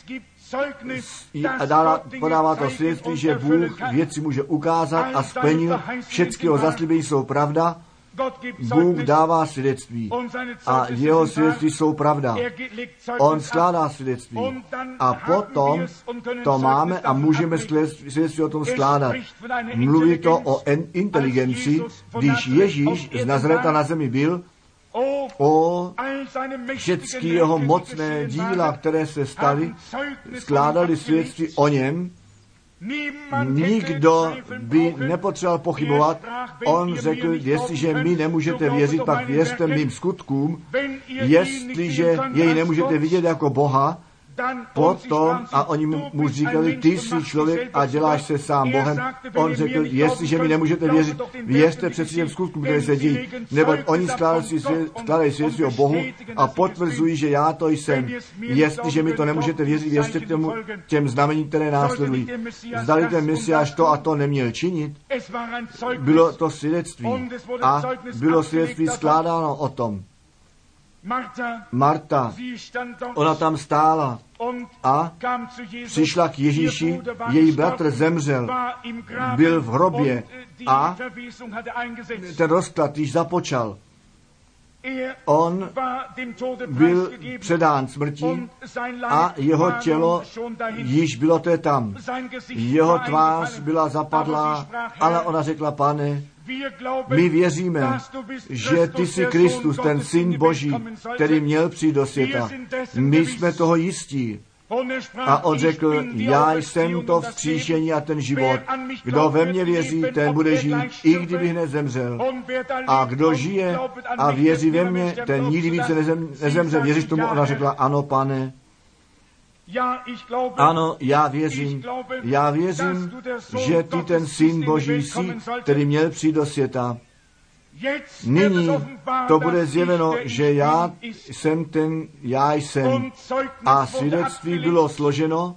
A podává to svědectví, že Bůh věci může ukázat a splnil, všechno zaslíbení jsou pravda. Bůh dává svědectví a jeho svědectví jsou pravda. On skládá svědectví a potom to máme a můžeme svědectví o tom skládat. Mluví to o inteligenci, když Ježíš z Nazareta na zemi byl, o všechny jeho mocné díla, které se staly, skládali svědectví o něm. Nikdo by nepotřeboval pochybovat. On řekl, jestliže mi nemůžete věřit, pak věřte mým skutkům. Jestliže jej nemůžete vidět jako Boha, potom, a oni mu říkali, ty jsi člověk a děláš se sám Bohem. On řekl, jestliže mi nemůžete věřit, věřte přeci těm skutkům, které se dějí. Neboť oni skládají svědectví o Bohu a potvrzují, že já to jsem. Jestliže mi to nemůžete věřit, věřte k těm znamením, které následují. Zdali ten Mesiáš to a to neměl činit. Bylo to svědectví a bylo svědectví skládáno o tom. Marta, ona tam stála a přišla k Ježíši, její bratr zemřel, byl v hrobě a ten rozklad již započal. On byl předán smrti a jeho tělo již bylo tam. Jeho tvář byla zapadlá, ale ona řekla, Pane, my věříme, že ty jsi Kristus, ten Syn Boží, který měl přijít do světa. My jsme toho jistí. A on řekl, já jsem to vzkříšení a ten život. Kdo ve mně věří, ten bude žít, i kdyby hned zemřel. A kdo žije a věří ve mně, ten nikdy více nezemře. Věříš tomu? Ona řekla, ano, Pane. Ano, já věřím, že ty ten Syn Boží jsi, který měl přijít do světa. Nyní to bude zjeveno, že já jsem ten, já jsem. A svědectví bylo složeno.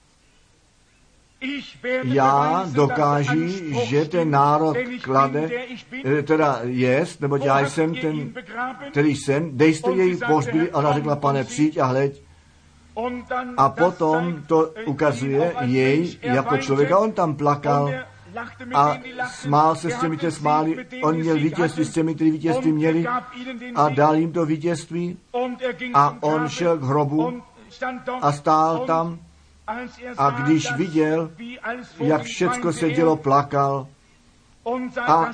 Já dokážu, že ten národ klade, teda jest, neboť já jsem ten, který jsem. Dejste jej pohřbili, ona řekla, Pane, přijď a hleď. A potom to ukazuje jej jako člověka. On tam plakal a smál se s těmi, kteří smáli. On měl vítězství s těmi, kteří vítězství měli a dal jim to vítězství. A on šel k hrobu a stál tam a když viděl, jak všecko se dělo, plakal a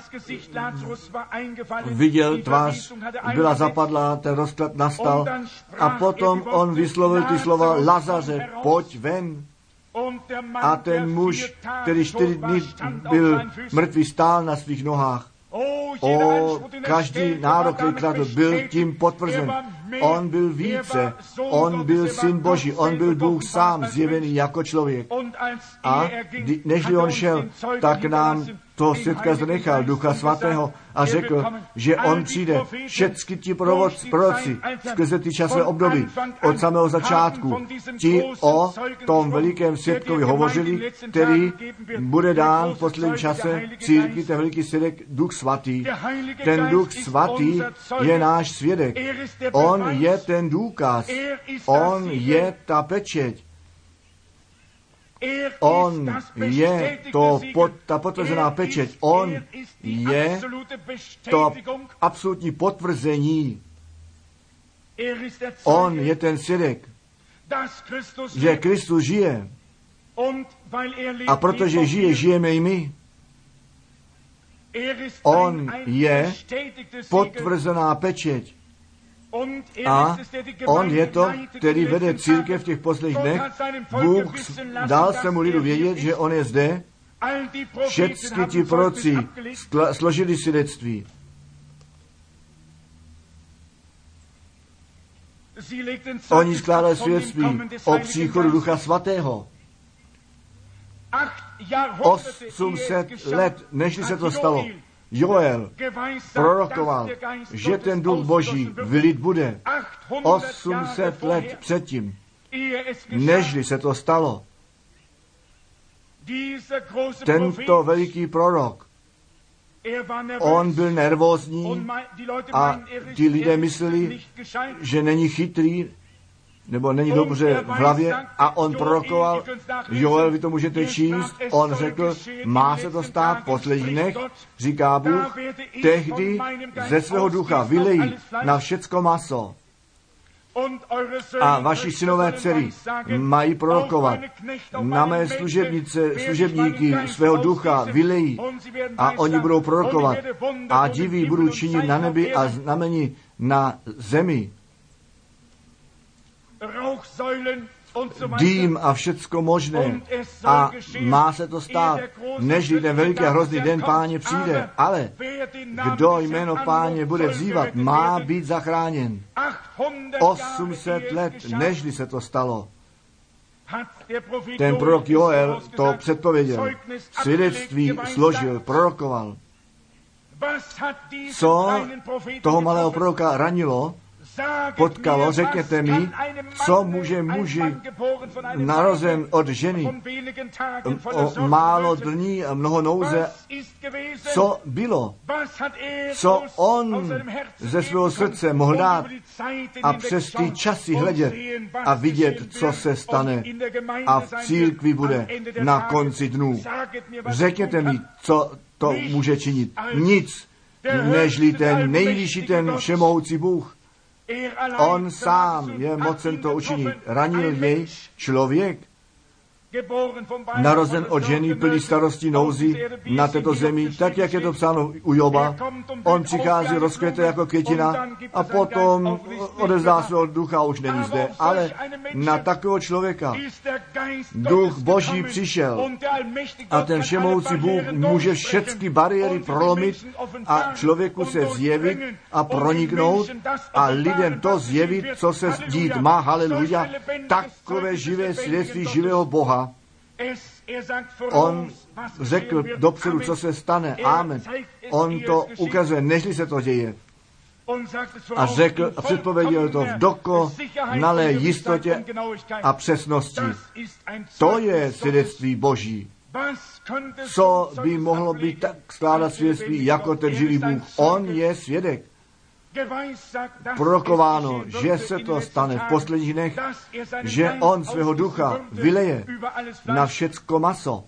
viděl, tvář byla zapadlá, ten rozklad nastal a potom on vyslovil ty slova, Lazaře, pojď ven. A ten muž, který 4 dny byl mrtvý, stál na svých nohách. Každý nárok, který kladl, byl tím potvrzen. On byl více, on byl Syn Boží, on byl Bůh sám zjevený jako člověk. A nežli on šel, tak nám toho svědka zanechal, Ducha Svatého, a řekl, že on přijde. Všechny ti proroci skrze ty časové období od samého začátku, ti o tom velikém svědkovi hovořili, který bude dán v posledním čase církvi, ten veliký svědek, Duch Svatý. Ten Duch Svatý je náš svědek. On je ten důkaz. On je ta pečeť. On je ta potvrzená pečeť. On je to absolutní potvrzení. On je ten svědek, že Kristus žije. A protože žije, žijeme i my. On je potvrzená pečeť. A on je to, který vede církev v těch posledních dnech. Bůh dal svému lidu vědět, že on je zde. Všechny ti proroci složili svědectví. Oni skládali svědectví o příchodu Ducha Svatého. 800 let, než se to stalo, Joel prorokoval, že ten Duch Boží vylit bude 800 let předtím, nežli se to stalo. Tento veliký prorok, on byl nervózní a ti lidé mysleli, že není chytrý, nebo není dobře v hlavě, a on prorokoval, Joel, vy to můžete číst, on řekl, má se to stát v posledních dnech, říká Bůh, tehdy ze svého ducha vylejí na všecko maso. A vaši synové dcery mají prorokovat, na mé služebníky svého ducha vylejí a oni budou prorokovat a divy budou činit na nebi a znamení na zemi. Dým a všecko možné. A má se to stát, než ten veliký a hrozný den Páně přijde. Ale kdo jméno Páně bude vzývat, má být zachráněn. 800 let, nežli se to stalo. Ten prorok Joel to předpověděl. Svědectví složil, prorokoval. Co toho malého proroka ranilo, potkalo, řekněte mi, co může muži narozen od ženy o málo dní a mnoho nouze, co bylo, co on ze svého srdce mohl dát a přes ty časy hledět a vidět, co se stane a v církvi bude na konci dnů. Řekněte mi, co to může činit. Nic, nežli ten nejvyšší, ten všemohoucí Bůh. On sám je mocen to učinit. Ranil jej člověk, narozen od ženy, plný starostí nouzi na této zemi, tak jak je to psáno u Joba. On přichází, rozkvěte jako květina a potom odezdá svého ducha a už není zde. Ale na takového člověka Duch Boží přišel a ten všemohoucí Bůh může všechny bariéry prolomit a člověku se zjevit a proniknout a lidem to zjevit, co se dít má. Haleluja. Takové živé svědectví živého Boha. On řekl dopředu, co se stane. Amen. On to ukazuje, nežli se to děje. A řekl a předpověděl to v dokonalé jistotě a přesnosti. To je svědectví Boží. Co by mohlo být tak skládat svědectví jako ten živý Bůh? On je svědek. Prorokováno, že se to stane v posledních dnech, že on svého ducha vyleje na všecko maso.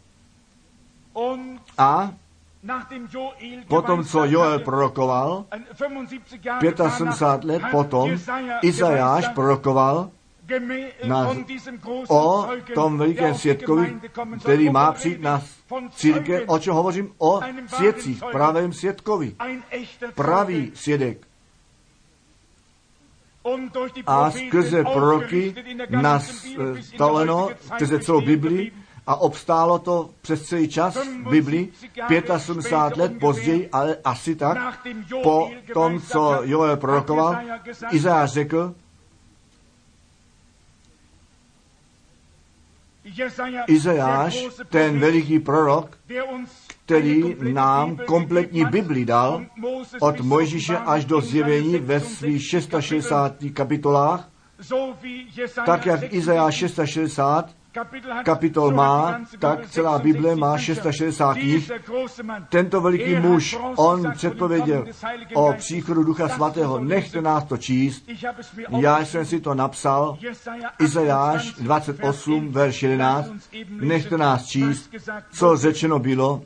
A potom, co Joel prorokoval, 75 let potom, Izajáš prorokoval o tom velikém svědkovi, který má přijít na církev. O čem hovořím? O svědcích, pravém svědkovi. Pravý svědek. A skrze proroky nastoleno, skrze celou Biblii, a obstálo to přes celý čas v Biblii, 75 let později, ale asi tak, po tom, co Joel prorokoval, Izajáš řekl, Izajáš, ten veliký prorok, který nám kompletní Bibli dal, od Mojžíše až do Zjevení ve svých 660 kapitolách, tak jak Izajáš 660 kapitol má, tak celá Bible má 660 knih. Tento veliký muž, on předpověděl o příchodu Ducha Svatého. Nechte nás to číst. Já jsem si to napsal. Izajáš 28, verš 11. Nechte nás číst, co řečeno bylo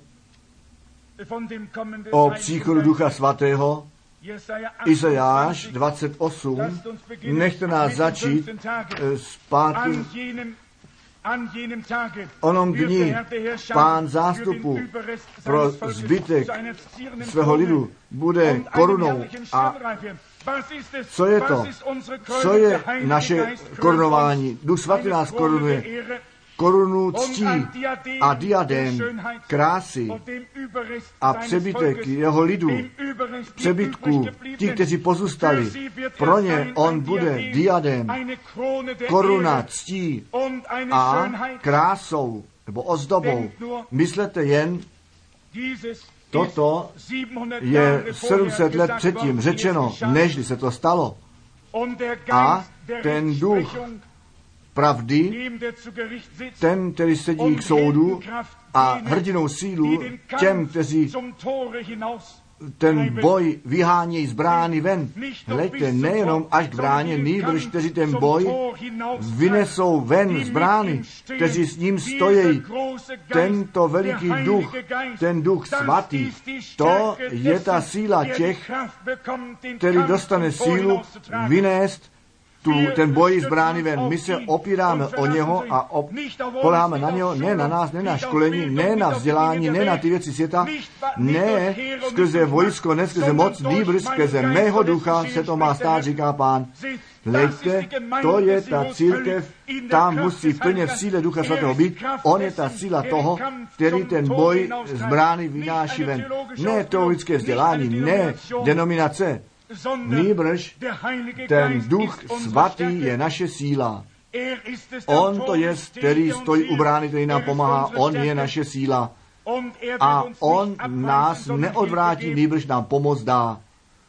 o příchodu Ducha Svatého. Izajáš 28. Nechte nás začít s 5. Onom dní Pán zástupu pro zbytek svého lidu bude korunou. A co je to? Co je naše korunování? Duch svatý nás korunuje. Korunu ctí a diadém krásy a přebytek jeho lidu, přebytku, ti, kteří pozůstali, pro ně on bude diadém, koruna ctí a krásou, nebo ozdobou. Myslete jen, toto je 700 let předtím řečeno, nežli se to stalo. A ten duch pravdy, ten, který sedí k soudu a hrdinou sílu těm, kteří ten boj vyhánějí z brány ven. Hleďte, nejenom až k bráně, nýbrž, kteří ten boj vynesou ven z brány, kteří s ním stojí. Tento veliký duch, ten duch svatý, to je ta síla těch, který dostane sílu vynést ten boj z brány ven. My se opíráme o něho a poláme na něho, ne na nás, ne na školení, ne na vzdělání, ne na ty věci světa, ne skrze vojsko, ne skrze moc, nýbrž skrze mého ducha se to má stát, říká Pán. Hleďte, to je ta církev, tam musí plně v síle Ducha Svatého být. On je ta síla toho, který ten boj z brány vynáší ven. Ne teologické vzdělání, ne denominace, nýbrž ten Duch Svatý je naše síla. On to je, který stojí u brány, který nám pomáhá, on je naše síla. A on nás neodvrátí, nýbrž nám pomoc dá.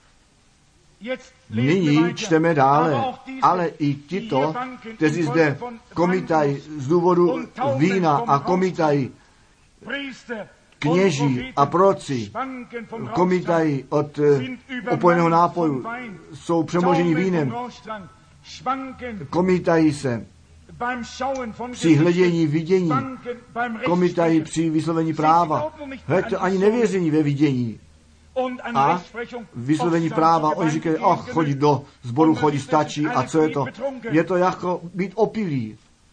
Nyní čteme dále, ale i tito, kteří zde komitají z důvodu vína a komitají kněží a proroci, komitají od opojného nápoju, jsou přemoženi vínem, komitají se při hledění vidění, komitají při vyslovení práva. Hleďte, ani nevěření ve vidění a vyslovení práva. Oni říkají, chodit do sboru, chodit stačí. A co je to? Je to jako být opilý.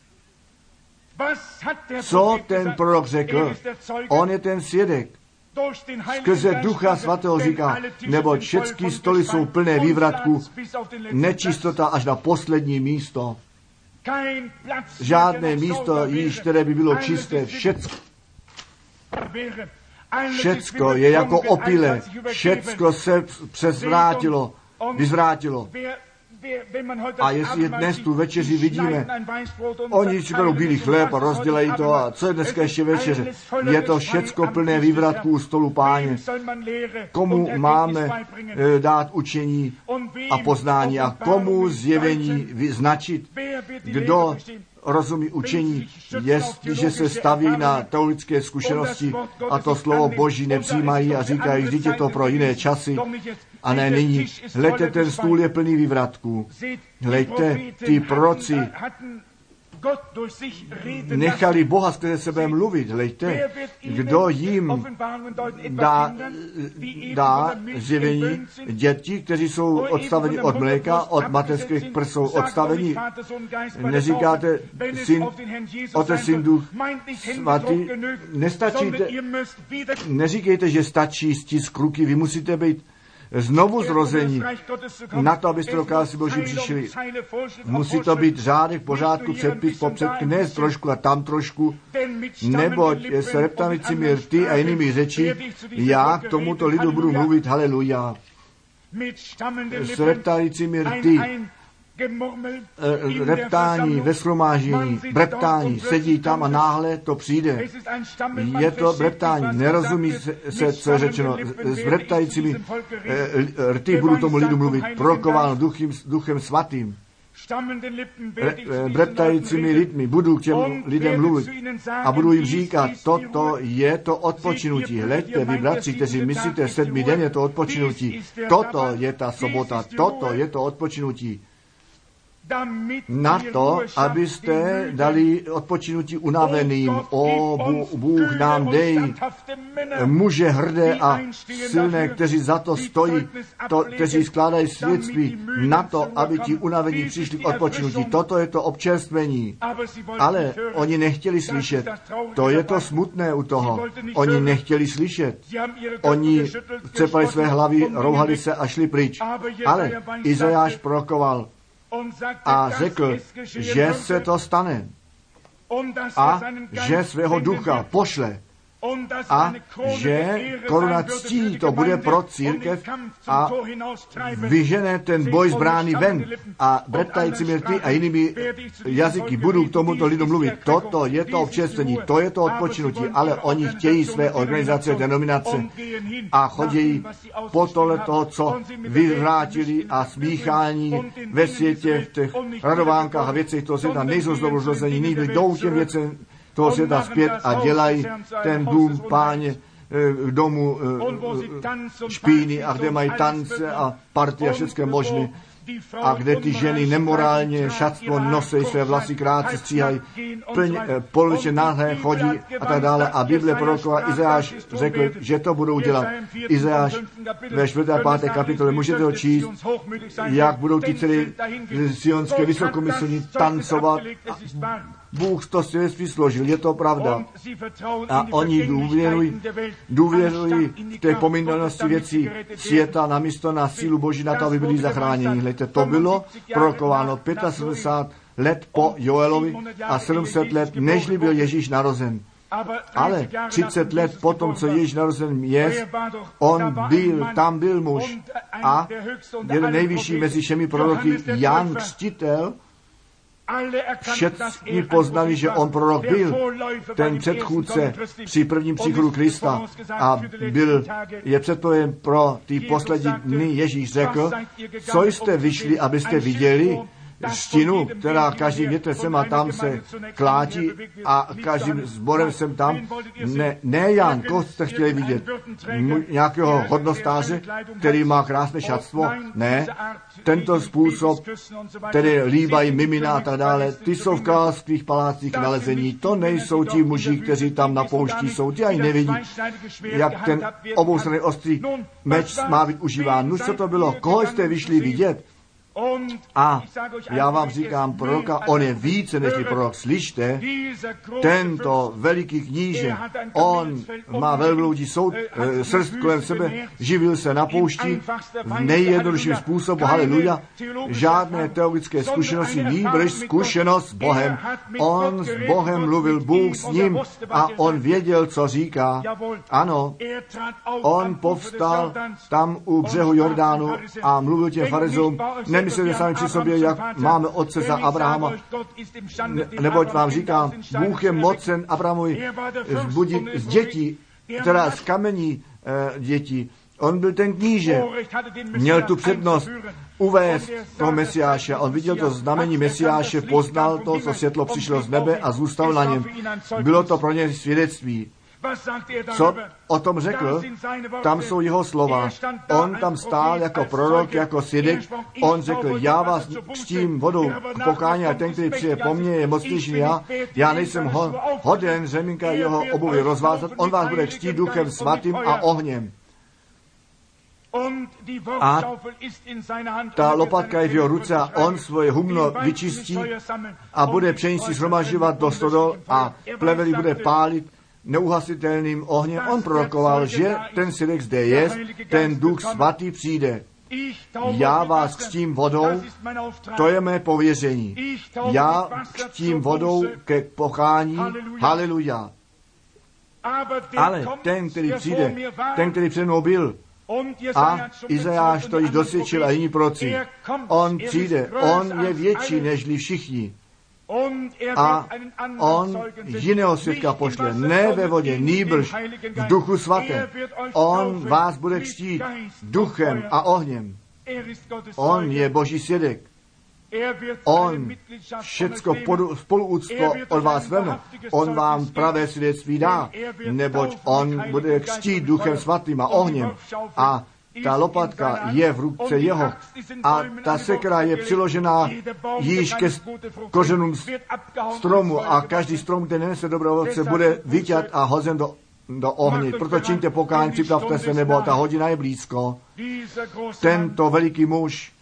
Co ten prorok řekl? On je ten svědek. Skrze Ducha Svatého říká, neboť všechny stoly jsou plné vývratků, nečistota až na poslední místo. Žádné místo již, které by bylo čisté, všecko je jako opile, všecko se vyzvrátilo. A jestli dnes tu večeři vidíme, oni si berou bílý chléb a rozdělají to a co je dneska ještě večeře? Je to všecko plné vývratků u stolu Páně. Komu máme dát učení a poznání a komu zjevení vyznačit? Kdo rozumí učení, jestliže se staví na teologické zkušenosti a to slovo Boží nepřijímají a říkají, vždyť je to pro jiné časy a ne nyní. Hleďte, ten stůl je plný vývratků. Hleďte, ty proroci nechali Boha skrze sebe mluvit. Hleďte, kdo jim dá zjevení. Děti, kteří jsou odstaveni od mléka, od mateřských prsou odstaveni. Neříkáte Otec, Syn, Duch Svatý. Neříkejte, že stačí stisk ruky. Vy musíte být znovu zrození. Na to, abyste dokázali si Boží přišli. Musí to být řádek, pořádku, předpis po předky, ne trošku a tam trošku, neboť s reptanicími rty a jinými řeči, já k tomuto lidu budu mluvit haleluja. S reptanicími rty, reptání ve shromáždění, breptání, sedí tam a náhle to přijde. Je to breptání, nerozumí se, co je řečeno. S breptajícími rty budu tomu lidu mluvit, prorokováno Duchem Svatým. Breptajícími lidmi budu k těm lidem mluvit a budu jim říkat, toto je to odpočinutí. Hleďte, vy bratři, kteří myslíte, 7. den je to odpočinutí. Toto je ta sobota, toto je to odpočinutí. na to, abyste dali odpočinutí unaveným. Bůh nám dej muže hrdé a silné, kteří za to stojí, kteří skládají svědectví na to, aby ti unavení přišli k odpočinutí. Toto je to občerstvení. Ale oni nechtěli slyšet. To je to smutné u toho. Oni nechtěli slyšet. Oni cepali své hlavy, rouhali se a šli pryč. Ale Izajáš prorokoval a řekl, že se to stane a že svého ducha pošle a že koruna ctí to bude pro církev a vyžene ten boj z brány ven a bretajícími rty a jinými jazyky budou k tomuto lidu mluvit. Toto je to občerstvení, to je to odpočinutí, ale oni chtějí své organizace, denominace a chodí podle toho, co vyvrátili a smíchání ve světě, v těch radovánkách a věcech toho světa nejsou znovuzrození, nikdy jdou těm věcem toho světa zpět a dělají ten dům Páně domu špíny a kde mají tance a party a všechno možné a kde ty ženy nemorálně šatstvo nosí, své vlasy krátce stříhají, poloviče nahé chodí a tak dále. A Bible prorokoval Izajáš řekl, že to budou dělat. Izajáš ve 4. a 5. kapitole, můžete ho číst, jak budou ty celé sionské vysokomyslní tancovat. Bůh to svědectví složil, je to pravda. A oni důvěrují v té pominulnosti věcí světa namísto na sílu Boží na to, aby byli zachráněni. Hledajte, to bylo prorokováno 75 let po Joelovi a 700 let, nežli byl Ježíš narozen. Ale 30 let po tom, co Ježíš narozen je, tam byl muž a jeden nejvyšší mezi všemi proroky, Jan Křtitel. Všichni poznali, že on prorok byl, ten předchůdce při prvním příchodu Krista a je předpovědem pro ty poslední dny. Ježíš řekl, co jste vyšli, abyste viděli štinu, která každým větrem sem a tam se klátí a každým sborem sem tam. Ne Jan, koho jste chtěli vidět? Nějakého hodnostáře, který má krásné šatstvo? Ne. Tento způsob, který líbají mimina a tak dále, ty jsou v královských palácích nalezení. To nejsou ti muži, kteří tam na poušti jsou. Ti ani nevidí, jak ten oboustranný ostrý meč má být užíván. No co to bylo? Koho jste vyšli vidět? A já vám říkám, proroka, on je více než prorok. Slyšte, tento veliký kníže, on má velbloudí srst kolem sebe, živil se na poušti v nejjednodušším způsobu, haleluja, žádné teologické zkušenosti, nýbrž zkušenost s Bohem. On s Bohem mluvil, Bůh s ním a on věděl, co říká. Ano, on povstal tam u břehu Jordánu a mluvil těm farizům, nemyslete sami při sobě, jak máme otce za Abrahama, neboť vám říkám, Bůh je mocen Abrahamovi vzbudit z dětí, teda z kamení dětí. On byl ten kníže, měl tu přednost uvést toho Mesiáše. On viděl to znamení Mesiáše, poznal to, co světlo přišlo z nebe a zůstal na něm. Bylo to pro něj svědectví. Co o tom řekl, tam jsou jeho slova. On tam stál jako prorok, jako svědek. On řekl, já vás křtím vodou k pokání a ten, který přijde po mně, je mocnější já. Já nejsem hoden řemínka jeho obuvy rozvázat. On vás bude křtít duchem svatým a ohněm. A ta lopatka je v jeho ruce a on svoje humno vyčistí a bude pšenici shromažďovat do stodol a plevely bude pálit neuhasitelným ohněm. On prorokoval, že ten svědek zde je, ten duch svatý přijde. Já vás křtím vodou, to je mé pověření. Já křtím vodou ke pokání, haleluja. Ale ten, který přijde, ten, který před mnou byl, a Izajáš to již dosvědčil a jiní proroci, on přijde, on je větší nežli všichni. A on jiného svědka pošle, ne ve vodě, nýbrž v duchu svatém. On vás bude křtít duchem a ohněm. On je Boží svědek. On všecko spoluúcto od vás veme. On vám pravé svědectví dá, neboť on bude křtít duchem svatým a ohněm. A ta lopatka je v ruce jeho a ta sekera je přiložená již ke kořenům stromu a každý strom, který nenese dobré ovoce, bude vyťat a hozen do ohně. Proto čiňte pokání, připravte se, nebo ta hodina je blízko. Tento veliký muž,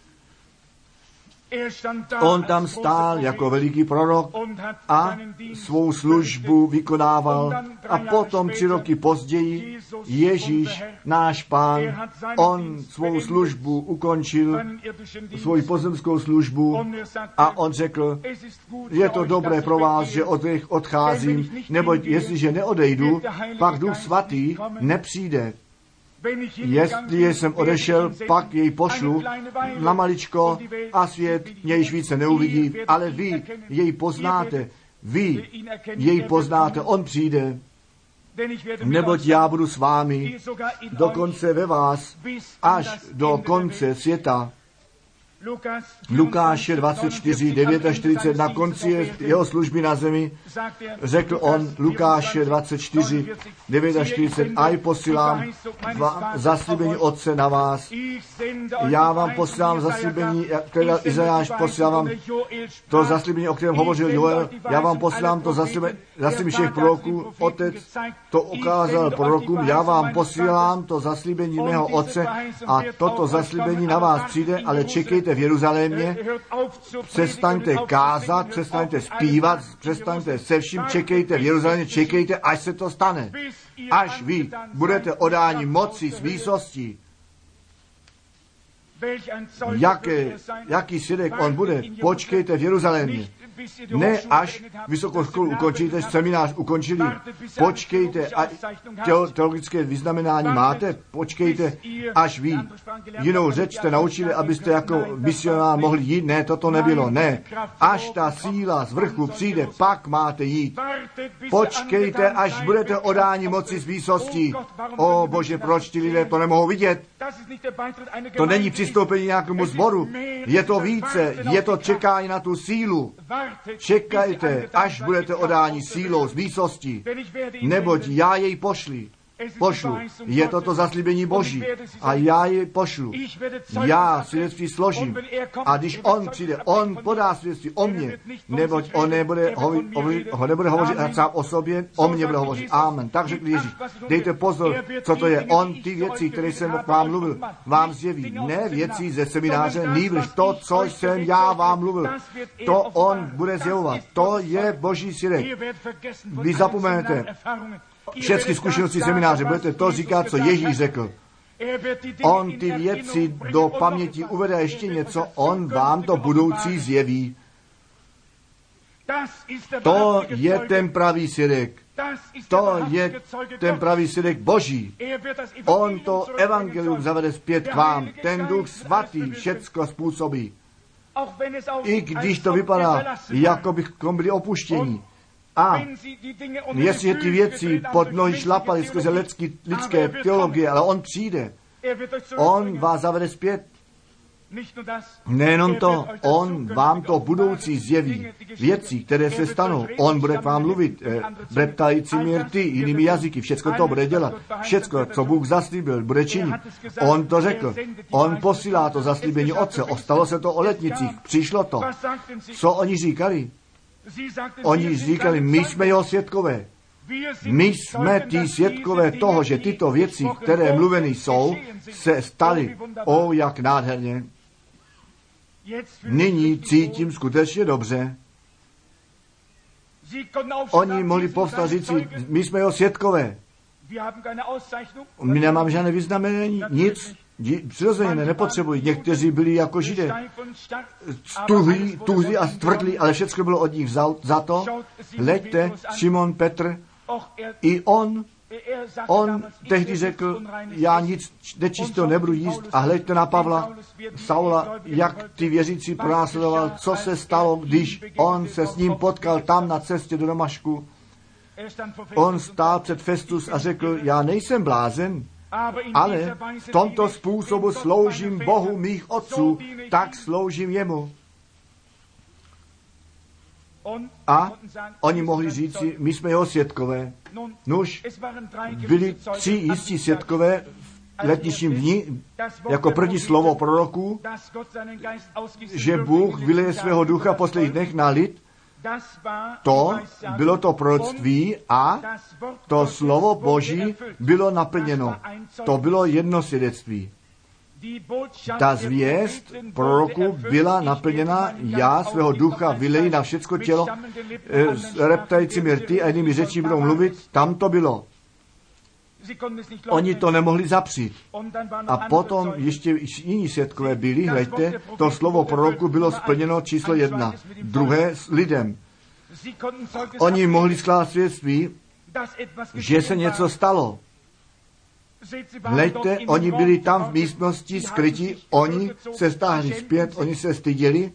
on tam stál jako veliký prorok a svou službu vykonával. A potom 3 roky později Ježíš, náš Pán, on svou službu ukončil, svou pozemskou službu a on řekl, je to dobré pro vás, že odcházím, neboť jestliže neodejdu, pak Duch Svatý nepřijde. Jestli jsem odešel, pak jej pošlu na maličko a svět mě již více neuvidí, ale vy jej poznáte, on přijde, neboť já budu s vámi, dokonce ve vás, až do konce světa. Lukáše 24, 49, na konci jeho služby na zemi, řekl on, Lukáše 24, 49, aj posílám zaslíbení Otce na vás. Já vám posílám zaslíbení, které Izajáš, posílám vám to zaslíbení, o kterém hovořil Joel, já vám posílám to zaslíbení všech proroků, Otec to ukázal prorokům, já vám posílám to zaslíbení mého Otce a toto zaslíbení na vás přijde, ale čekejte v Jeruzalémě, přestaňte kázat, přestaňte zpívat, přestaňte se vším, čekejte v Jeruzalémě, čekejte, až se to stane. Až vy budete odáni moci s výsostí. Jaký svědek on bude, počkejte v Jeruzalémě. Ne až vysokou školu ukončíte, seminář ukončili, počkejte, a teologické vyznamenání máte, počkejte, až vy jinou řeč jste naučili, abyste jako misionář mohli jít. Ne, toto nebylo, ne. Až ta síla z vrchu přijde, pak máte jít. Počkejte, až budete odáni moci s výsostí. O Bože, proč ti lidé to nemohou vidět? To není přistoupení nějakému sboru, je to více, je to čekání na tu sílu. Čekajte, až budete odáni sílou z výsosti, neboť já jej pošlu. Je to zaslíbení Boží a já jej pošlu. Já svědectví složím a když on přijde, on podá svědectví o mně, neboť on nebude hovořit sám o sobě, o mně bude hovořit. Amen. Tak řekl Ježíš. Dejte pozor, co to je. On ty věci, které jsem vám mluvil, vám zjeví. Ne věci ze semináře, nýbrž to, co jsem já vám mluvil. To on bude zjevovat. To je Boží svědek. Vy zapomenete všechny zkušenosti semináře, budete to říkat, co Ježíš řekl. On ty věci do paměti uvede ještě něco, on vám to budoucí zjeví. To je ten pravý svědek. To je ten pravý svědek Boží. On to evangelium zavede zpět k vám. Ten Duch Svatý všecko způsobí. I když to vypadá, jako bychom byli opuštění. A jestli ty věci pod nohy šlapaly skrze lidské teologie, ale on přijde, on vás zavede zpět. Nejenom to, on vám to budoucí zjeví. Věci, které se stanou, on bude k vám mluvit, breptajícími rty, jinými jazyky, všecko to bude dělat. Všecko, co Bůh zaslíbil, bude činit. On to řekl. On posílá to zaslíbení Otce. Ostalo se to o letnicích. Přišlo to. Co oni říkali? Oni říkali, my jsme jeho svědkové. My jsme ty svědkové toho, že tyto věci, které mluveny jsou, se staly. O, jak nádherně. Nyní cítím skutečně dobře. Oni mohli povstat říct, my jsme jeho svědkové. My nemáme žádné vyznamenání, nic. Přirozeně nepotřebují. Někteří byli jako Židé. Tuhý a stvrdlí, ale všechno bylo od nich za to. Hleďte, Šimon Petr, i on tehdy řekl, já nic nečistého nebudu jíst. A hleďte na Pavla, Saula, jak ty věřící pronásledoval, co se stalo, když on se s ním potkal tam na cestě do Damašku. On stál před Festus a řekl, já nejsem blázen, ale v tomto způsobu sloužím Bohu mých otců, tak sloužím jemu. A oni mohli říci, my jsme jeho svědkové. Nuž, byli 3 jistí svědkové letničním dni, jako první slovo proroků, že Bůh vyleje svého ducha v posledních dnech na lid, to bylo to proroctví a to slovo Boží bylo naplněno. To bylo jedno svědectví. Ta zvěst proroku byla naplněna, já svého ducha vyleji na všecko tělo, s reptajícími rty a jinými řeči budou mluvit, tam to bylo. Oni to nemohli zapřít. A potom ještě jiní svědkové byli, hleďte, to slovo proroku bylo splněno číslo 1, druhé s lidem. Oni mohli skládat svědectví, že se něco stalo. Hleďte, oni byli tam v místnosti skryti, oni se stáhli zpět, oni se styděli,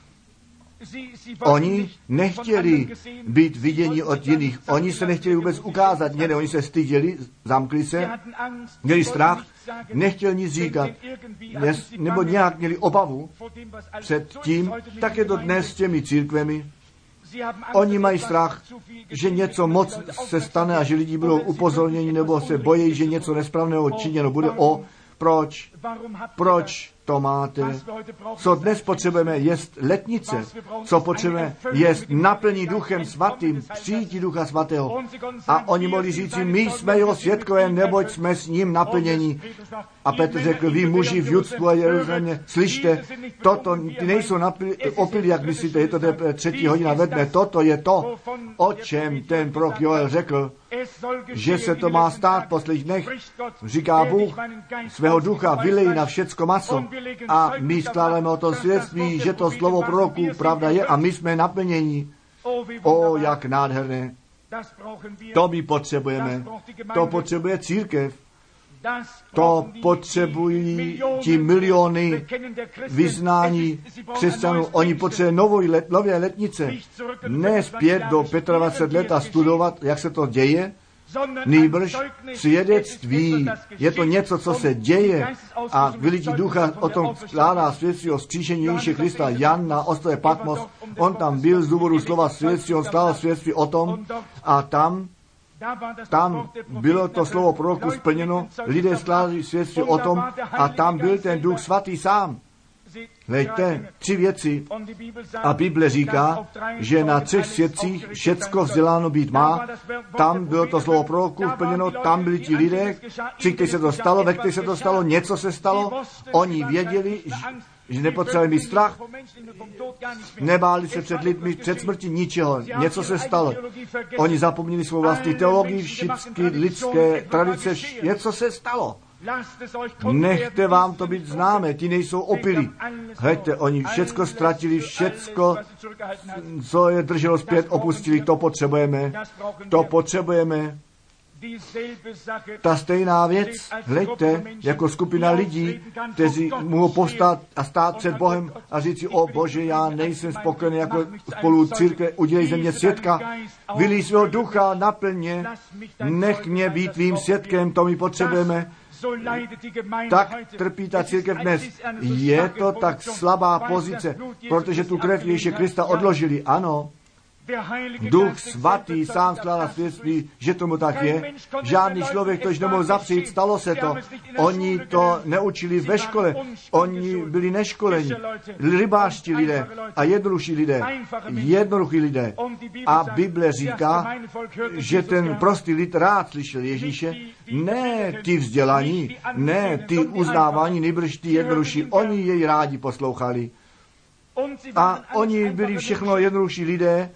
oni nechtěli být viděni od jiných, oni se nechtěli vůbec ukázat někde, oni se styděli, zamkli se, měli strach, nechtěli nic říkat, nebo nějak měli obavu před tím, tak je to dnes s těmi církvemi. Oni mají strach, že něco moc se stane a že lidi budou upozorněni nebo se bojí, že něco nesprávného činěno bude. Proč to máte? Co dnes potřebujeme, jest letnice. Co potřebujeme, jest naplní Duchem Svatým, přijítí Ducha Svatého. A oni mohli říci, my jsme jeho svědkové, neboť jsme s ním naplněni. A Petr řekl, vy muži v Judsku a Jeruzalémě, slyšte, ty nejsou opili, jak myslíte, je to 3. hodina ve dne. Toto je to, o čem ten prorok Joel řekl, že se to má stát v posledních dnech. Říká Bůh, svého ducha vylejí na všecko maso. A my skládáme o to svědectví, že to slovo proroků pravda je a my jsme naplněni. Jak nádherné. To my potřebujeme. To potřebuje církev. To potřebují ti miliony vyznání křesťanů. Oni potřebují nové letnice. Ne zpět do 25 let a studovat, jak se to děje, nýbrž svědectví. Je to něco, co se děje a vylití ducha o tom skládá svědectví o vzkříšení Ježíše Krista. Jan na ostrově Patmos, on tam byl z důvodu slova svědectví, on skládal svědectví o tom a tam bylo to slovo proroku splněno, lidé skládali svědectví o tom a tam byl ten Duch Svatý sám. Hleďte, 3 věci. A Bible říká, že na 3 svědcích všecko vzděláno být má. Tam bylo to slovo proroku splněno, tam byli ti lidé, při kterých se to stalo, ve kterých se to stalo, něco se stalo. Oni věděli, že nepotřebovali mít strach, nebáli se před lidmi, před smrtí ničeho, něco se stalo. Oni zapomněli svou vlastní teologii, všechny lidské tradice, něco se stalo. Nechte vám to být známé, ti nejsou opilí. Hleďte, oni všecko ztratili, všecko, co je drželo zpět, opustili, to potřebujeme. Ta stejná věc, hleďte, jako skupina lidí, kteří mohou povstat a stát před Bohem a říci, o Bože, já nejsem spokojený jako spolu církve, udělej ze mě svědka, vylij svého ducha, naplně, nech mě být tvým svědkem, to my potřebujeme. Tak trpí ta církev dnes. Je to tak slabá pozice, protože tu krev Ježíše Krista odložili, ano. Duch Svatý sám skládá svědectví, že tomu tak je. Žádný člověk to již nemohl zapřít, stalo se to. Oni to neučili ve škole, oni byli neškolení. Rybářští lidé a jednoduchí lidé. A Bible říká, že ten prostý lid rád slyšel Ježíše, ne ty vzdělaní, ne ty uznávání, nýbrž ty jednodušší. Oni jej rádi poslouchali. A oni byli všechno jednodušší lidé,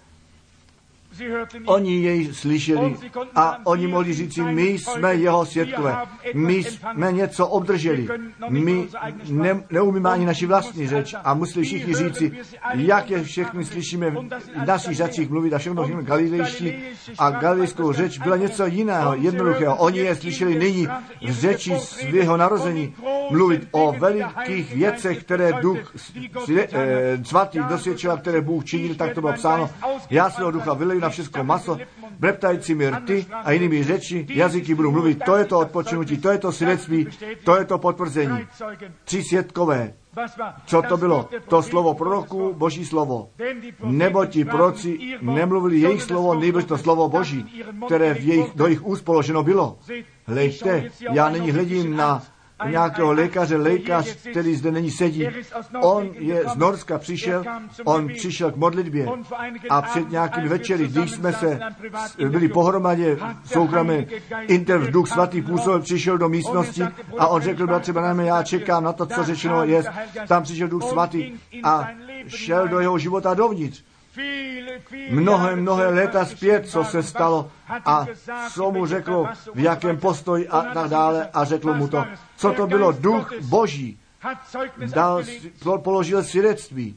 oni jej slyšeli a oni mohli říci, my jsme jeho svědkové, my jsme něco obdrželi, my neumíme ani naši vlastní řeč a museli všichni říci, jak je všechny slyšíme v našich řečích mluvit a všechno galilejští a galilejskou řeč byla něco jiného, jednoduchého. Oni je slyšeli nyní v řeči svého narození mluvit o velikých věcech, které Duch Svatý dosvědčil, které Bůh činil, tak to bylo psáno. Já svého ducha vyleju na všechno maso, breptajícími rty a jinými řeči, jazyky budu mluvit. To je to odpočinutí, to je to svědectví, to je to potvrzení. 3 svědkové. Co to bylo? To slovo proroků, Boží slovo. Nebo ti proroci nemluvili jejich slovo, nýbrž to slovo Boží, které do jejich úst položeno bylo. Hleďte, já nyní hledím na nějakého lékař, který zde není sedí. On je z Norska přišel, on přišel k modlitbě a před nějakými večery, když jsme se byli pohromadě v soukromém interv, Duch Svatý působil, přišel do místnosti a on řekl, bratře Branhame, já čekám na to, co řečeno je. Tam přišel Duch Svatý a šel do jeho života dovnitř. Mnohé léta zpět, co se stalo a co mu řeklo, v jakém postoji a tak dále a řeklo mu to. Co to bylo? Duch Boží položil svědectví.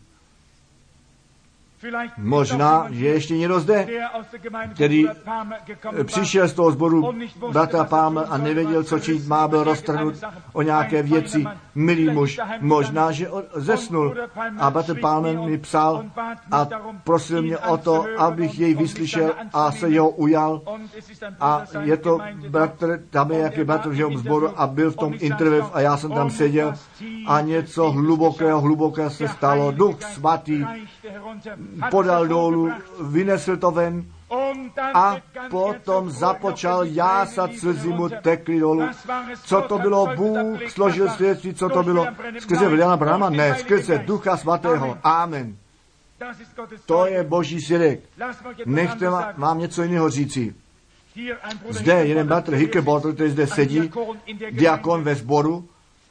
Možná, že ještě někdo zde, který přišel z toho sboru bratra Palmer a nevěděl, co činit má, byl roztrhnut o nějaké věci. Milý muž, možná, že zesnul. A bratr Palmer mi psal a prosil mě o to, abych jej vyslyšel a se jeho ujal. A je to bratr, tam je jaký bratr v jeho sboru a byl v tom interview a já jsem tam seděl a něco hlubokého se stalo. Duch Svatý podal dolů, vynesl to ven a potom započal jásat, slzy mu tekly dolů. Co to bylo? Bůh složil svědectví, co to bylo? Skrze Williama Branhama? Ne, skrze Ducha Svatého. Amen. To je Boží svědek. Nechte vám něco jiného říci. Zde jeden bratr Hickebottle, který zde sedí, diakon ve sboru,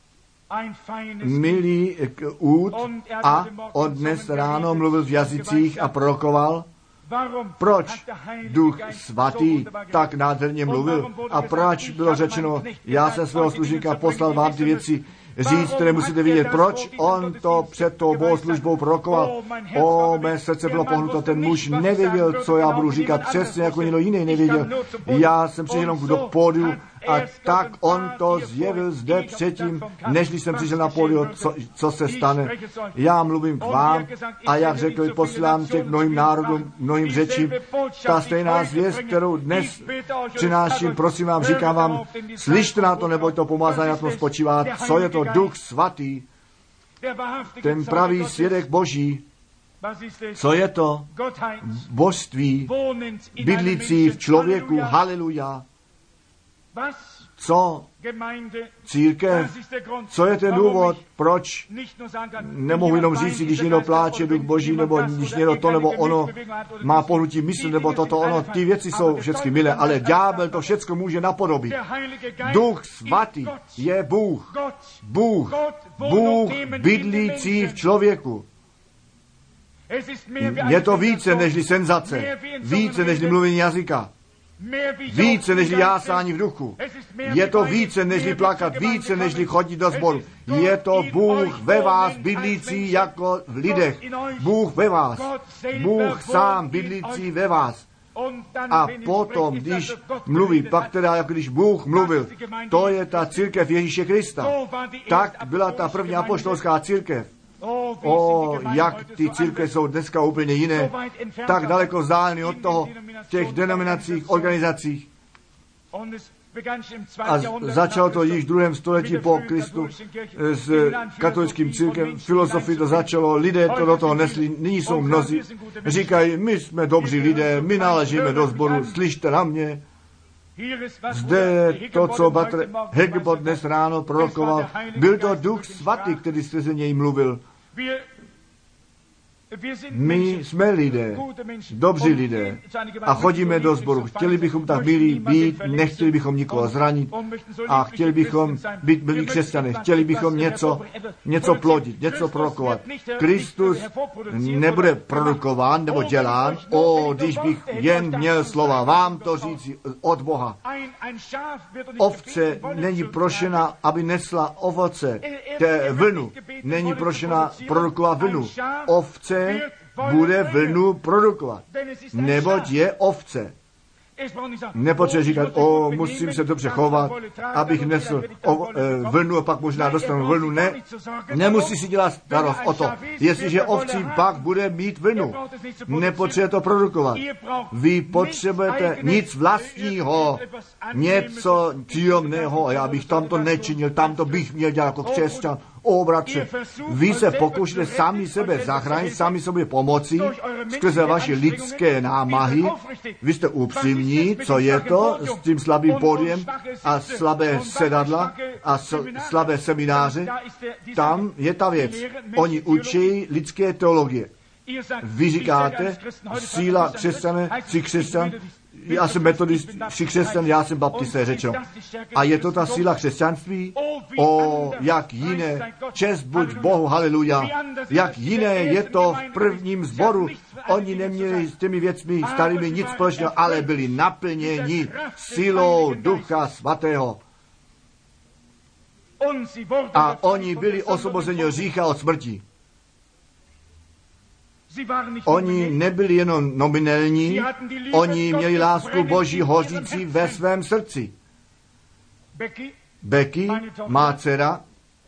milý úd a on dnes ráno mluvil v jazycích a prorokoval. Proč Duch Svatý tak nádherně mluvil a proč bylo řečeno, já jsem svého služníka poslal vám ty věci říct, které musíte vidět. Proč on to před tou bohoslužbou prorokoval? Mé srdce bylo pohnuto, ten muž nevěděl, co já budu říkat, přesně jako někdo jiný nevěděl. Já jsem přišel jenom do pódiu a tak on to zjevil zde předtím, než jsem přišel na pódiu, co se stane. Já mluvím k vám a jak řekl, posílám tě k mnohým národům, mnohým řečím. Ta stejná zvěst, kterou dnes přináším, prosím vám, říkám vám, slyšte na to, neboť to pomazání na tom spočívá. Co je to? Duch Svatý, ten pravý svědek Boží. Co je to? Božství, bydlící v člověku. Haleluja. Co? Církev. Co je ten důvod, proč nemohu jenom říct, když někdo pláče, Duch Boží, nebo když někdo to, nebo ono má pohnutí mysl, nebo toto, ono, ty věci jsou všechny milé, ale ďábel to všechno může napodobit. Duch Svatý je Bůh. Bůh bydlící v člověku. Je to více nežli senzace, více nežli mluvení jazyka, více nežli jásání v duchu. Je to více nežli plakat, více nežli chodit do sboru. Je to Bůh ve vás bydlící jako v lidech. Bůh ve vás. Bůh sám bydlící ve vás. A potom, když mluví, pak teda, jako když Bůh mluvil, to je ta církev Ježíše Krista. Tak byla ta první apoštolská církev. Jak ty církve jsou dneska úplně jiné, tak daleko vzdálený od toho, těch denominacích, organizacích. A začalo to již v 2. století po Kristu s katolickým církem, filozofii to začalo, lidé to do toho nesli, nyní jsou mnozí, říkají, my jsme dobří lidé, my náležíme do sboru, slyšte na mě. Zde je to, co Bratr Hegebot dnes ráno prorokoval, byl to Duch Svatý, který skrze něj mluvil. My jsme lidé, dobří lidé a chodíme do sboru. Chtěli bychom tak být, nechtěli bychom nikoho zranit a chtěli bychom být milí křesťané. Chtěli bychom něco plodit, něco prorokovat. Kristus nebude produkován nebo dělán, když bych jen měl slova vám to říct od Boha. Ovce není prošena, aby nesla ovoce, vlnu. Není prošena produkovat vlnu. Ovce bude vlnu produkovat, neboť je ovce. Nepotřebuje říkat, musím se dobře chovat, abych nesl vlnu a pak možná dostanu vlnu. Ne, nemusí si dělat starost o to. Jestliže ovcí pak bude mít vlnu, nepotřebuje to produkovat. Vy potřebujete nic vlastního, něco příjemného a já bych tamto nečinil, tamto bych měl dělat jako křesťan. O bratře, vy se pokoušíte sami sebe zachránit, sami sobě pomoci skrze vaše lidské námahy. Vy jste upřímní, co je to s tím slabým pódiem a slabé sedadla a slabé semináře. Tam je ta věc. Oni učí lidské teologie. Vy říkáte, síla křesťané, jsi křesťan, já jsem metodist, jsi křesťan, já jsem baptista, řečeno. A je to ta síla křesťanství? O, jak jiné, čest buď Bohu, haleluja, jak jiné je to v prvním sboru. Oni neměli s těmi věcmi starými nic společného, ale byli naplněni silou Ducha Svatého. A oni byli osvobozeni od hřícha, od smrti. Oni nebyli jenom nominální, oni měli lásku Boží hořící ve svém srdci. Becky, má dcera,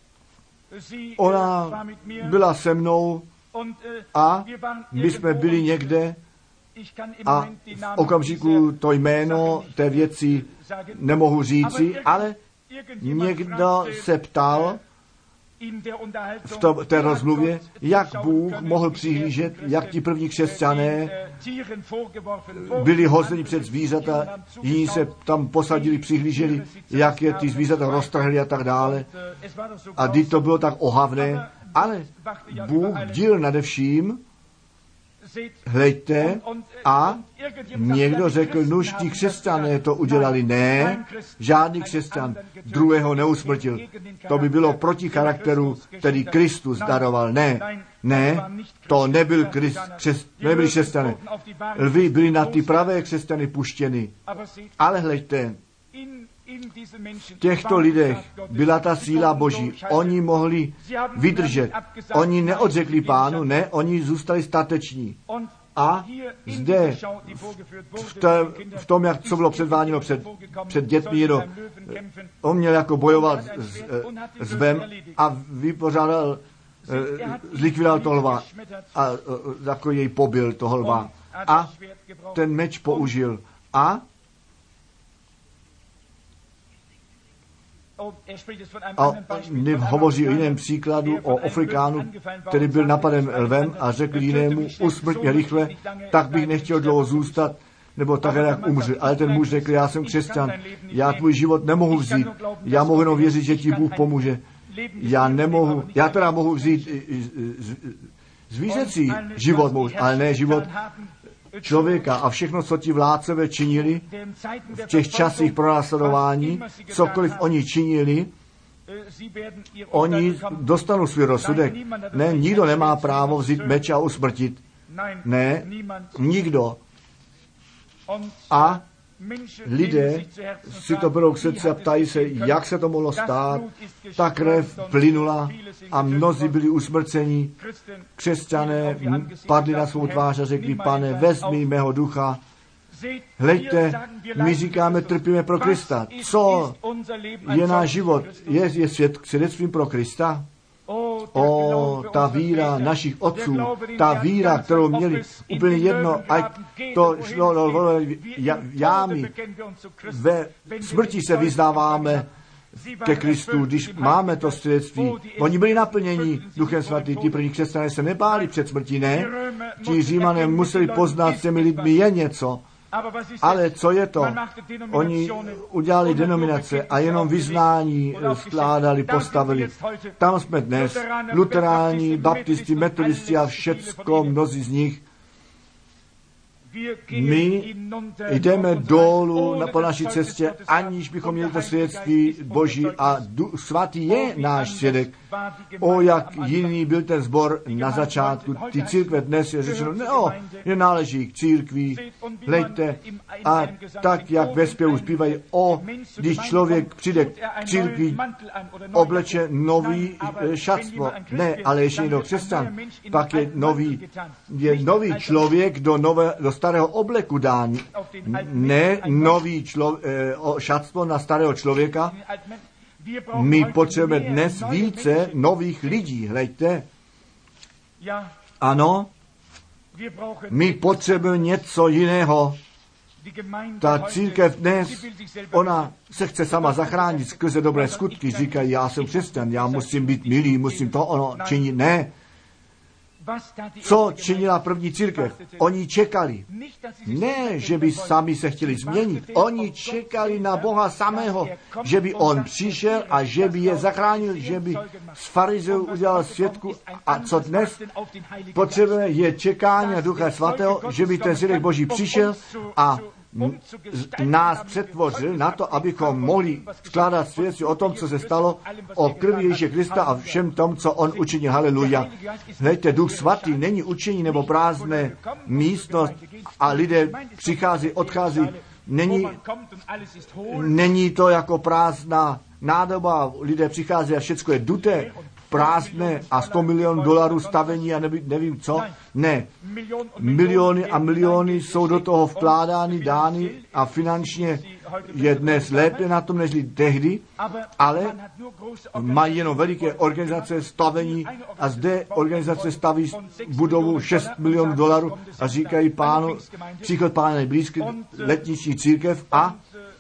ona byla se mnou a my jsme byli někde a v okamžiku to jméno té věci nemohu říci, ale někdo se ptal v té rozmluvě, jak Bůh mohl přihlížet, jak ti první křesťané byli hozeni před zvířata, jiní se tam posadili, přihlíželi, jak je ty zvířata roztrhli a tak dále. A když to bylo tak ohavné, ale Bůh bdil nade vším, hleďte, a někdo řekl, nuž ti křesťané to udělali. Ne, žádný křesťan druhého neusmrtil. To by bylo proti charakteru, který Kristus daroval. Ne, to nebyl nebyli křesťané. Lvy byli na ty pravé křesťany puštěny. Ale hleďte, v těchto lidech byla ta síla Boží. Oni mohli vydržet. Oni neodřekli Pánu, ne, oni zůstali stateční. A zde v tom, jak co bylo předváděno před dětmi, on měl jako bojovat s Vem a vypořádal, zlikvidoval toho lva a jako jej pobil toho lva. A ten meč použil. A hovoří o jiném příkladu, o Afrikánu, který byl napaden lvem a řekl jinému, usmrt mě rychle, tak bych nechtěl dlouho zůstat, nebo tak, jak umřu. Ale ten muž řekl, já jsem křesťan, já tvůj život nemohu vzít, já mohu jenom věřit, že ti Bůh pomůže. Já teda mohu vzít zvířecí život, ale ne život člověka. A všechno, co ti vládcové činili v těch časích pronásledování, cokoliv oni činili, oni dostanou svůj rozsudek. Ne, nikdo nemá právo vzít meč a usmrtit. Ne, nikdo. A lidé si to berou k srdci a ptají se, jak se to mohlo stát. Ta krev plynula a mnozí byli usmrceni. Křesťané padli na svou tvář a řekli, Pane, vezmi mého ducha. Hleďte, my říkáme, trpíme pro Krista. Co je náš život? Je svědectvím pro Krista? O, ta víra našich otců, ta víra, kterou měli úplně jedno, ať to šlo do jámy, ve smrti se vyznáváme ke Kristu, když máme to svědectví. Oni byli naplněni Duchem Svatým, ti první křesťané se nebáli před smrtí, ne? Ti Římané museli poznat s těmi lidmi je něco. Ale co je to? Oni udělali denominace a jenom vyznání skládali, postavili. Tam jsme dnes, luteráni, baptisti, metodisti a všecko, mnozí z nich. My jdeme dolů po naší cestě, aniž bychom měli to svědectví Boží a Svatý je náš svědek. O, jak jiný byl ten sbor na začátku. Ty církve dnes je řečeno, je náleží k církvi. Hleďte, a tak, jak ve zpěvu zpívají, když člověk přijde k církvi, obleče nový šatstvo. Ne, ale ještě někdo křesťan. Pak je nový člověk do starého obleku dán. Ne nový šatstvo na starého člověka. My potřebujeme dnes více nových lidí, hleďte. Ano, my potřebujeme něco jiného. Ta církev dnes, ona se chce sama zachránit skrze dobré skutky. Říkají, já jsem křesťan, já musím být milý, musím to ono činit. Ne. Co činila první církev? Oni čekali. Ne, že by sami se chtěli změnit. Oni čekali na Boha samého, že by on přišel a že by je zachránil, že by z farizeů udělal svědku. A co dnes potřebujeme, je čekání na Ducha Svatého, že by ten svědek Boží přišel a nás přetvořil na to, abychom mohli skládat svědectví o tom, co se stalo, o krvi Ježíše Krista a všem tom, co on učinil. Haleluja. Hleďte, Duch Svatý není učení nebo prázdné místnost a lidé přichází, odchází. Není to jako prázdná nádoba, lidé přichází a všechno je duté, prázdné a $100 milionů stavení a nevím co. Ne. Miliony a miliony jsou do toho vkládány, dány a finančně je dnes lépe na tom, než tehdy, ale mají jenom veliké organizace stavení a zde organizace staví budovu $6 milionů a říkají pánu, příchod pána je blízký, letniční církev a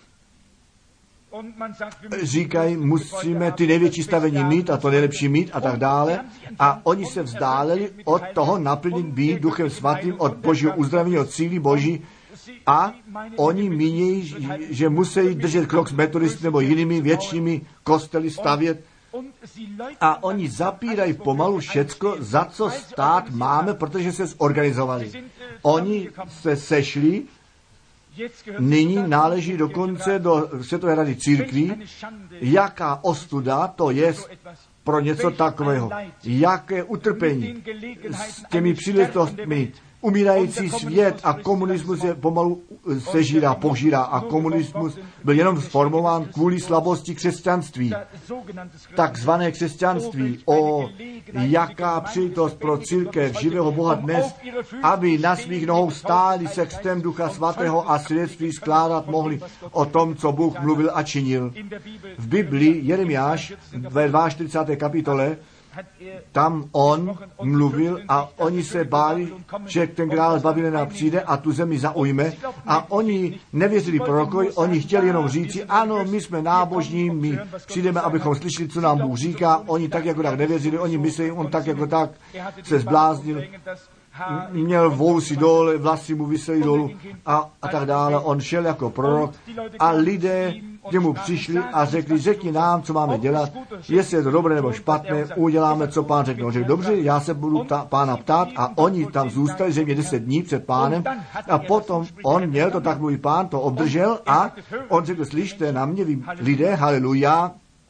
říkají, musíme ty největší stavení mít a to nejlepší mít a tak dále. A oni se vzdáleli od toho naplnění být Duchem Svatým, od Božího uzdravení, od síly Boží a oni mínějí, že musí držet krok s metodisty nebo jinými většími kostely stavět. A oni zapírají pomalu všecko, za co stát máme, protože se zorganizovali. Oni se sešli. Nyní náleží dokonce do Světové rady církví. Jaká ostuda to je pro něco takového. Jaké utrpení s těmi příležitostmi. Umírající svět a komunismus je pomalu sežírá, požírá a komunismus byl jenom sformován kvůli slabosti křesťanství. Takzvané křesťanství, jaká příležitost pro církev živého Boha dnes, aby na svých nohou stáli se křtem Ducha Svatého a svědectví skládat mohli o tom, co Bůh mluvil a činil. V Biblii Jeremiáš ve 42. kapitole tam on mluvil a oni se báli, že ten král z Babylona přijde a tu zemi zaujme a oni nevěřili prorokovi, oni chtěli jenom říci, ano, my jsme nábožní, my přijdeme, abychom slyšeli, co nám Bůh říká, oni tak jako tak nevěřili, oni mysleli, on tak jako tak se zbláznil, měl vousy dole, vlasy mu visely dolů a tak dále, on šel jako prorok a lidé k němu přišli a řekli nám, co máme dělat, jestli je to dobré nebo špatné, uděláme, co pán řekl. On řekl, dobře, já se budu pána ptát a oni tam zůstali, že mě 10 dní před pánem a potom on měl to, tak můj pán to obdržel a on řekl, slyšte na mě, vy lidé, haleluja,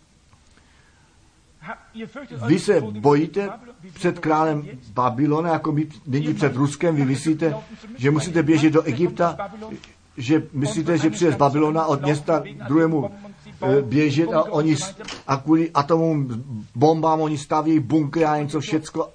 vy se bojíte před králem Babylona, jako my nyní před Ruskem, vy myslíte, že musíte běžet do Egypta, že myslíte, že přijde z Babylona od města k druhému běžet a kvůli atomovým bombám oni staví bunkry a něco všecko.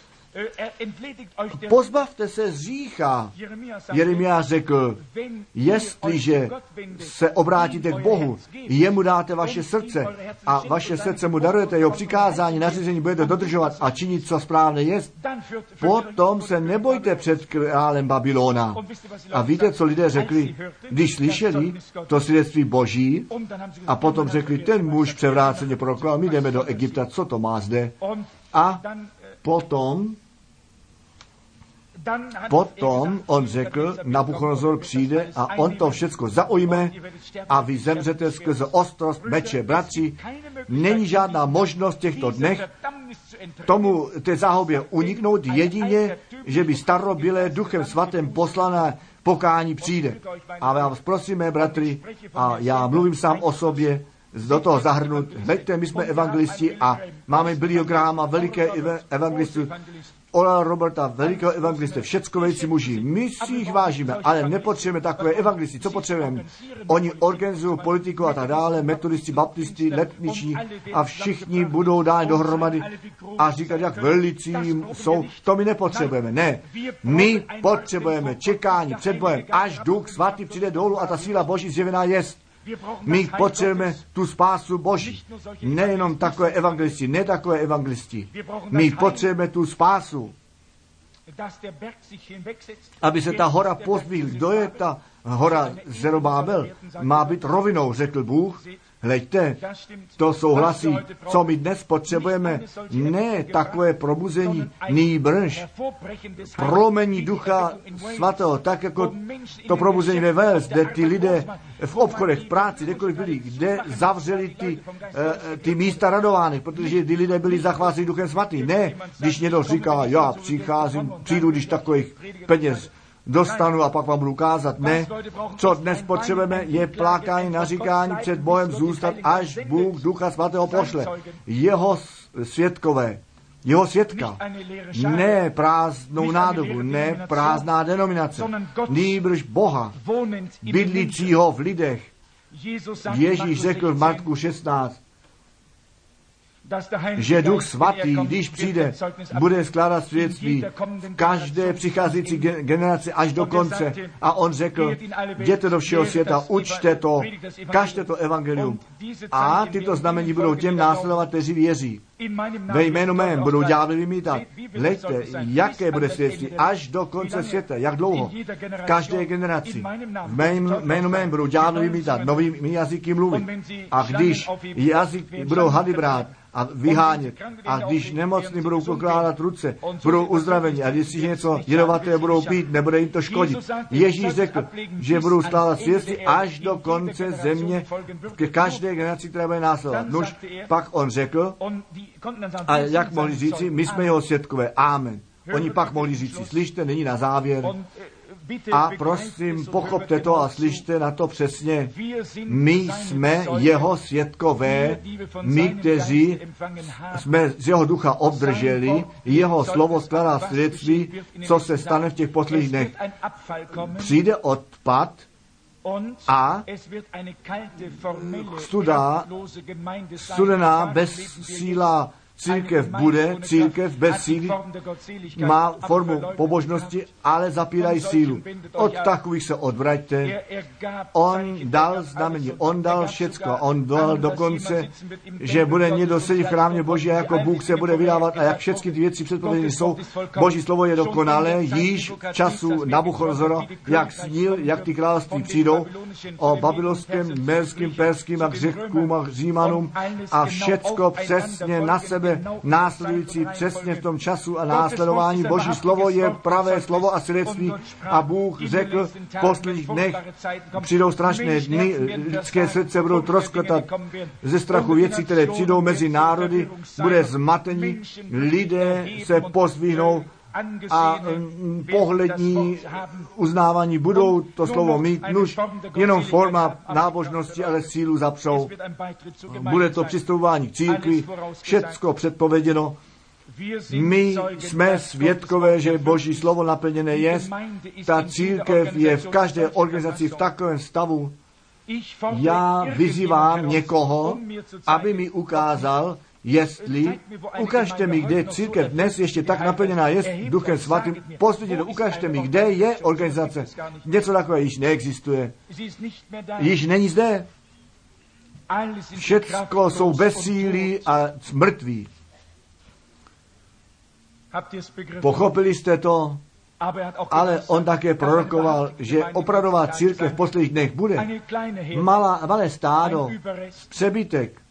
Pozbavte se z hřícha. Jeremiáš řekl, jestliže se obrátíte k Bohu, jemu dáte vaše srdce a vaše srdce mu darujete, jeho přikázání, nařízení budete dodržovat a činit, co správně je, potom se nebojte před králem Babylona. A víte, co lidé řekli, když slyšeli to svědectví Boží a potom řekli, ten muž převráceně prorokoval, my jdeme do Egypta, co to má zde? A Potom on řekl, Nabuchodonozor přijde a on to všecko zaujme a vy zemřete skrze ostrost meče. Bratři, není žádná možnost v těchto dnech tomu té záhobě uniknout, jedině, že by starobylé Duchem Svatým poslané pokání přijde. A vás prosíme, bratři, a já mluvím sám o sobě, do toho zahrnout. Hleďte, my jsme evangelisti a máme Billyho Grahama, veliké evangelistu, Ola Roberta, velikého evangelisty, všecko velicí muži. My si jich vážíme, ale nepotřebujeme takové evangelisty. Co potřebujeme? Oni organizují politiku a tak dále, metodisti, baptisti, letniční a všichni budou dát dohromady a říkat, jak velicí jsou. To my nepotřebujeme. Ne. My potřebujeme čekání před bojem, až Duch Svatý přijde dolů a ta síla Boží zjevená jest. My potřebujeme tu spásu Boží. Nejenom takové evangelisti, ne takové evangelisti. My potřebujeme tu spásu. Aby se ta hora pozdvihla. Kdo je ta hora Zerubábel má být rovinou, řekl Bůh. Hleďte, to souhlasí, co my dnes potřebujeme, ne takové probuzení, nýbrž prolomení Ducha Svatého, tak jako to probuzení ve Wales, kde ty lidé v obchodech, v práci, kdekoliv byli, kde zavřeli ty místa radovány, protože ty lidé byli zachváceni Duchem Svatým. Ne, když někdo říká, já přijdu, když takových peněz dostanu a pak vám budu ukázat. Ne, co dnes potřebujeme, je plákání, naříkání před Bohem zůstat, až Bůh Ducha Svatého pošle. Jeho svědkové, jeho svědka, ne prázdnou nádobu, ne prázdná denominace, nýbrž Boha, bydlícího v lidech. Ježíš řekl v Marku 16, že Duch Svatý, když přijde, bude skládat svědectví v každé přicházející generaci až do konce. A on řekl, jděte do všeho světa, učte to, kažte to evangelium. A tyto znamení budou těm následovat, kteří věří. Ve jménu mém budou ďábly vymítat. Hleďte, jaké bude svědectví až do konce světa, jak dlouho. V každé generaci. V jménu mém budou ďábly vymítat, novými jazyky mluvit. A když jazyk budou hady brát a vyhánět, a když nemocní budou pokládat ruce, budou uzdraveni, a když si něco jedovaté budou pít, nebude jim to škodit. Ježíš řekl, že budou skládat svědectví až do konce země, ke každé generaci, která bude následovat. Nož, pak on řekl, a jak mohli říci, my jsme jeho svědkové. Amen. Oni pak mohli říci, slyšte, není na závěr. A prosím, pochopte to a slyšte na to přesně. My jsme jeho svědkové, my, kteří jsme z jeho ducha obdrželi, jeho slovo skládá svědectví, co se stane v těch posledních dnech. Přijde odpad a studená, bezsílá církev bude, církev bez síly, má formu pobožnosti, ale zapírají sílu. Od takových se odvraťte. On dal znamení, on dal všecko, on dal dokonce, že bude někdo sedět v chrámě Boží a jako Bůh se bude vydávat a jak všechny ty věci předpověděny jsou. Boží slovo je dokonalé, již v času Nabuchodonozora, jak snil, jak ty království přijdou, o babylonském, merským, perským a Řekům a Římanům a všecko přesně na sebe následující přesně v tom času a následování. Boží slovo je pravé slovo a svědectví a Bůh řekl, v posledních dnech přijdou strašné dny, lidské srdce budou troskotat ze strachu věcí, které přijdou mezi národy, bude zmatení, lidé se pozvihnou a pohlední uznávání budou to slovo mít, nuž jenom forma nábožnosti, ale sílu zapřou. Bude to přistupování k církvi, všecko předpověděno. My jsme svědkové, že Boží slovo naplněné je. Ta církev je v každé organizaci v takovém stavu. Já vyzývám někoho, aby mi ukázal, jestli, ukažte mi, kde církev dnes ještě tak naplněná je Duchem Svatým, posvědčte, ukažte mi, kde je organizace. Něco takové již neexistuje. Již není zde. Všecko jsou bezsílí a mrtví. Pochopili jste to? Ale on také prorokoval, že opravdová církev v posledních dnech bude malé stádo, přebytek.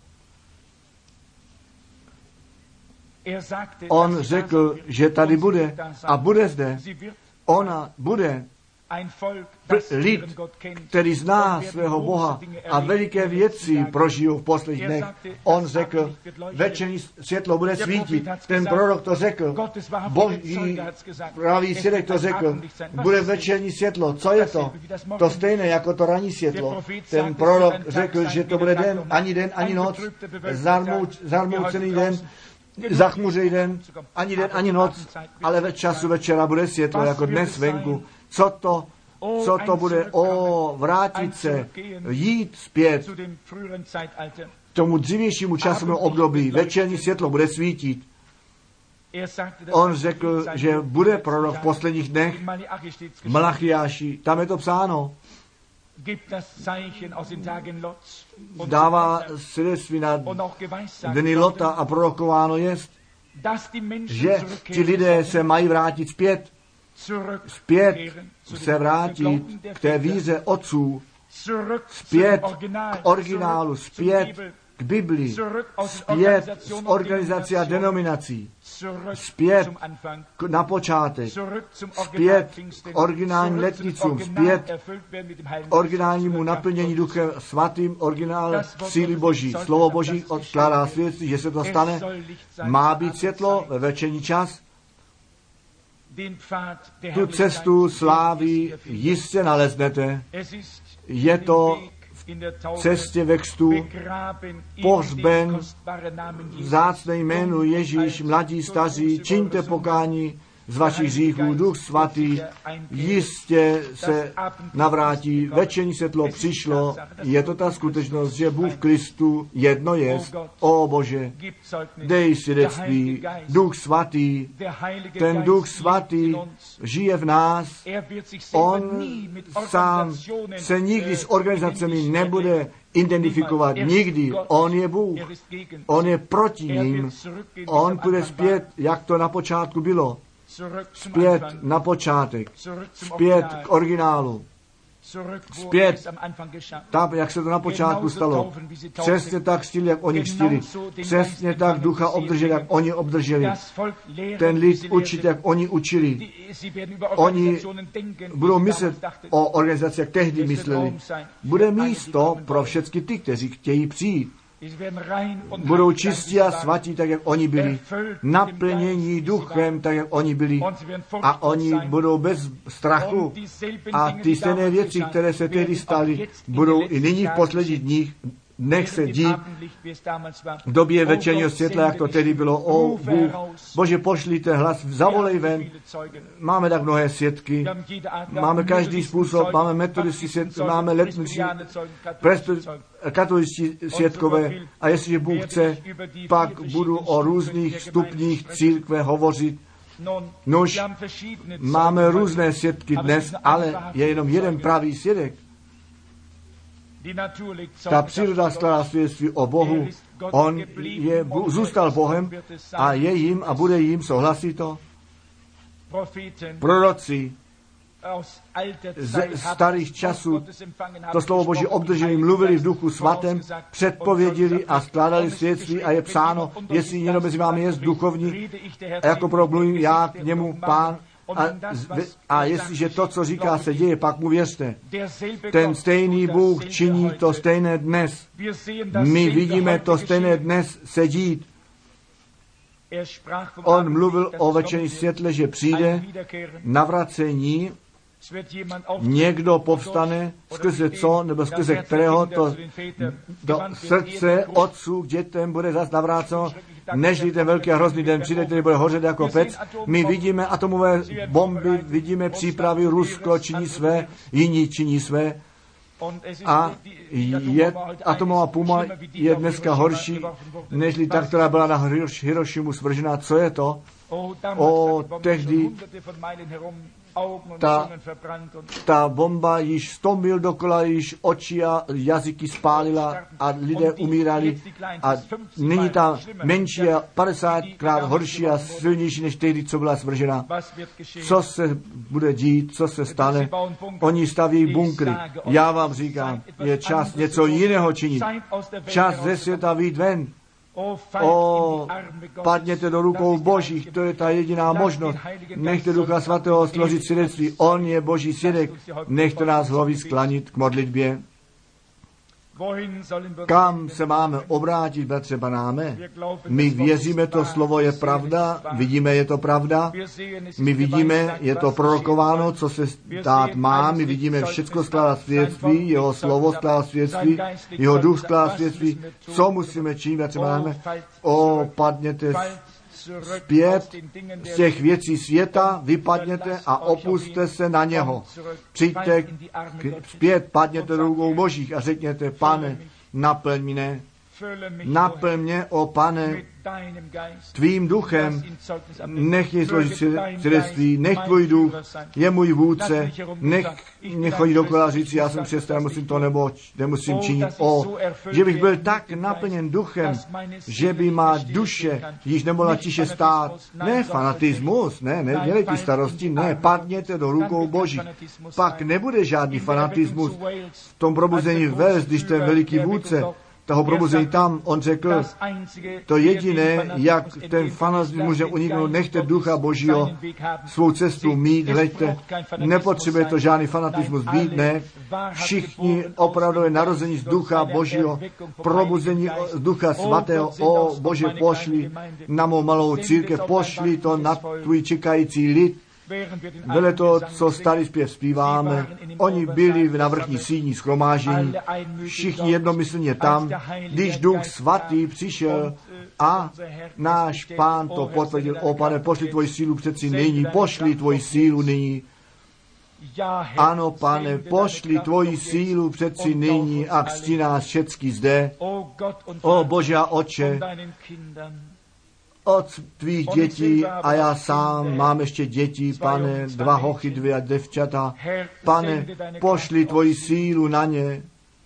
On řekl, že tady bude a bude zde. Ona bude lid, který zná svého Boha a veliké věci prožijou v posledních dnech. On řekl, večerní světlo bude svítit. Ten prorok to řekl. Boží pravý svědek to řekl. Bude večerní světlo. Co je to? To stejné jako to ranní světlo. Ten prorok řekl, že to bude den, ani noc. Zarmoucený den, zachmuřený den, ani noc, ale ve času večera bude světlo, jako dnes venku. Co to bude? Vrátit se, jít zpět k tomu dřívějšímu časovému období. Večerní světlo bude svítit. On řekl, že bude prorok v posledních dnech v Malachiáši. Tam je to psáno. Dává svědectví na dny Lota a prorokováno jest, že ti lidé se mají vrátit zpět. zpět se vrátit k té víře otců, zpět k originálu, zpět k Biblii, zpět z organizací a denominací, zpět na počátek, zpět k originálním letnicům, zpět k originálnímu naplnění Duchem Svatým, originál síly Boží. Slovo Boží odkládá svědectví, že se to stane. Má být světlo ve večerní čas. Tu cestu slávy jistě naleznete. Je to v cestě ve křtu pohřben vzácné jménu Ježíš, mladí, staří, čiňte pokání z vašich hříchů, Duch Svatý jistě se navrátí, večerní světlo přišlo, je to ta skutečnost, že Bůh v Kristu jedno jest, o Bože, dej svědectví, Duch Svatý, ten Duch Svatý žije v nás, on sám se nikdy s organizacemi nebude identifikovat, nikdy, on je Bůh, on je proti ním, on půjde zpět, jak to na počátku bylo, zpět na počátek, zpět k originálu, zpět tam, jak se to na počátku stalo. Přesně tak křtili, jak oni křtili. Přesně tak ducha obdrželi, jak oni obdrželi. Ten lid učit, jak oni učili. Oni budou myslet o organizaci, jak tehdy mysleli. Bude místo pro všechny ty, kteří chtějí přijít. Budou čistí a svatí, tak jak oni byli. Naplnění duchem, tak jak oni byli. A oni budou bez strachu. A ty stejné věci, které se tehdy staly, budou i nyní v posledních dních nech se dít v době večerního světla, jak to tedy bylo. O Bůh, Bože, pošlite hlas, zavolej ven. Máme tak mnohé svědky, máme každý způsob, máme metodistický svědky, máme letnici, katoličtí svědkové, a jestliže Bůh chce, pak budu o různých stupních církve hovořit. Nož, máme různé svědky dnes, ale je jenom jeden pravý svědek. Ta příroda skládá svědectví o Bohu, on zůstal Bohem a je jim a bude jim, souhlasí to? Proroci z starých časů to slovo Boží obdrželi, mluvili v Duchu Svatém, předpověděli a skládali svědectví a je psáno, jestli někdo mezi vámi je duchovní, a jako promluvím já k němu, Pán, a jestliže to, co říká, se děje, pak mu věřte. Ten stejný Bůh činí to stejné dnes. My vidíme to stejné dnes se dít. On mluvil o večerní světle, že přijde navracení, někdo povstane, skrze co, nebo skrze kterého to do srdce otců k dětem bude zas navráceno, nežli ten velký a hrozný den přijde, který bude hořet jako pec. My vidíme atomové bomby, vidíme přípravy, Rusko činí své, jiní činí své. A atomová puma je dneska horší, nežli ta, která byla na Hirošimu svržena. Co je to? Tehdy ta bomba již 100 mil dokola, již oči a jazyky spálila a lidé umírali. A nyní ta menší a 50krát horší a silnější než tehdy, co byla svržena. Co se bude dít, co se stane? Oni staví bunkry. Já vám říkám, je čas něco jiného činit. Čas ze světa vyjít ven. Padněte do rukou Božích, to je ta jediná možnost. Nechte Ducha Svatého složit svědectví. On je Boží svědek. Nechte nás hlavy sklanit k modlitbě. Kam se máme obrátit, bratře Banáme? My věříme, to slovo je pravda, vidíme, je to pravda, my vidíme, je to prorokováno, co se stát má, my vidíme všechno skládá svědectví, jeho slovo skládá svědectví, jeho duch skládá svědectví, co musíme činit, bratře Banáme? Padněte zpět z těch věcí světa, vypadněte a opuste se na něho. Přijďte zpět, padněte do rukou Božích a řekněte, Pane, naplň mne, naplň mě, o Pane, tvým duchem, nech je složit svědectví, nech tvůj duch je můj vůdce, nech mě chodí dokola říct, já jsem křesťan, musím to nebo nemusím činit, že bych byl tak naplněn duchem, že by má duše již nemohla tiše stát. Ne fanatismus, ne, dělejte starosti, ne, padněte do rukou Boží. Pak nebude žádný fanatismus v tom probuzení Wales, když ten veliký vůdce toho probuzení tam, on řekl, to jediné, jak ten fanatismus může uniknout, nechte ducha Božího svou cestu mít, hleďte, nepotřebuje to žádný fanatismus být, ne, všichni opravdu narození z ducha Božího, probuzení z ducha svatého, o Bože, pošli na mou malou církev, pošli to na tvůj čekající lid. Vedle toho, co starý zpěv zpíváme, oni byli na vrchní síni shromáždění, všichni jednomyslně tam, když Duch Svatý přišel a náš Pán to potvrdil, o Pane, pošli tvoji sílu přeci nyní, pošli tvoji sílu nyní. Ano, Pane, pošli tvoji sílu přeci nyní a křti nás všecky zde. O Bože a Otče, od tvých dětí a já sám mám ještě děti, Pane, 2 hochy, 2 děvčata. Pane, pošli tvoji sílu na ně.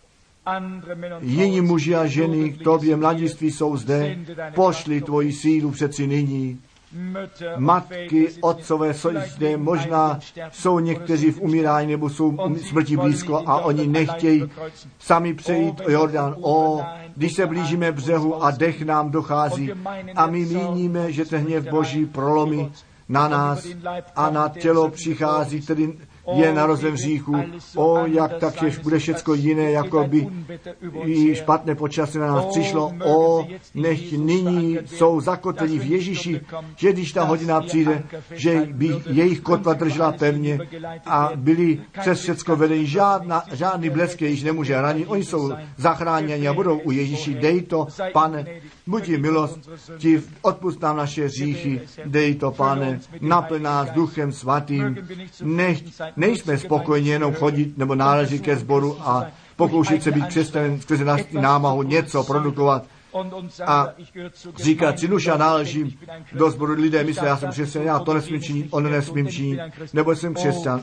Jiní muži a ženy k tobě mladiství jsou zde. Pošli tvoji sílu přeci nyní. Matky, otcové jsou zde, možná jsou někteří v umírání nebo jsou smrti blízko a oni nechtějí sami přejít Jordán. Když se blížíme břehu a dech nám dochází a my míníme, že ten hněv Boží prolomí na nás a na tělo přichází, tedy je narozen v hříchu. Jak tak bude všecko jiné, jako by i špatné počasí na nás přišlo. Nech nyní jsou zakotveni v Ježíši, že když ta hodina přijde, že by jejich kotva držela pevně a byli přes všecko vedení. Žádný blesk již nemůže ranit. Oni jsou zachráněni a budou u Ježíši. Dej to, Pane, buď jim milostiv, odpusť nám naše hříchy. Dej to, Pane, naplň nás Duchem Svatým. Nejsme spokojeni jenom chodit nebo náležit ke sboru a pokoušet se být křesťanem skrze námahu něco produkovat a říkat si, nuž já náležím do sboru, lidé myslí, já jsem křesťan, já to nesmím činit, on nesmím činit, nebo jsem křesťan.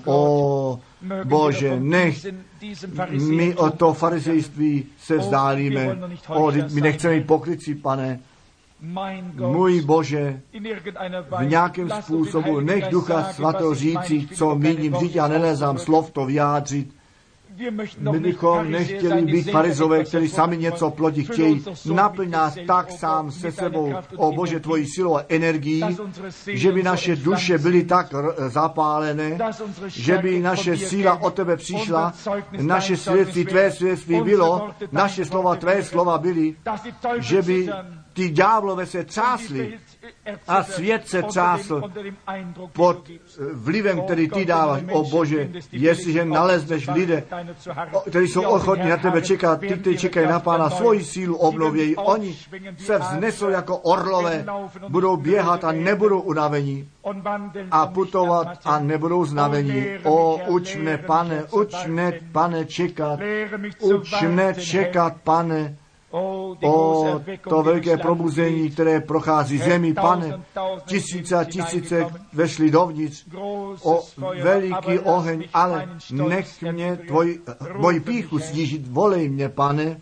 Bože, nech my od toho farizejství se vzdálíme. My nechceme mít pokrytci, Pane. Můj Bože, v nějakém způsobu nech Ducha Svatého říci, co míním říct, já nelézám slov to vyjádřit. My bychom nechtěli být farizové, kteří sami něco plodí chtějí. Naplň nás tak sám se sebou, o Bože, tvojí silou a energií, že by naše duše byly tak zapálené, že by naše síla od tebe přišla, naše svědectví, tvé svědectví bylo, naše slova, tvé slova byly, že by ty ďáblové se třásli a svět se třásl pod vlivem, který ty dáváš. O Bože, jestliže nalezneš lidé, kteří jsou ochotní na tebe čekat, ty, kteří čekají na Pána, svoji sílu obnovějí. Oni se vznesou jako orlové, budou běhat a nebudou unavení a putovat a nebudou znavení. Uč mne, Pane, čekat. Uč mne čekat, Pane. To velké probuzení, které prochází zemi, Pane, tisíce a tisíce vešli dovnitř, veliký oheň, ale nech mě moji pýchu snížit, volej mě, Pane,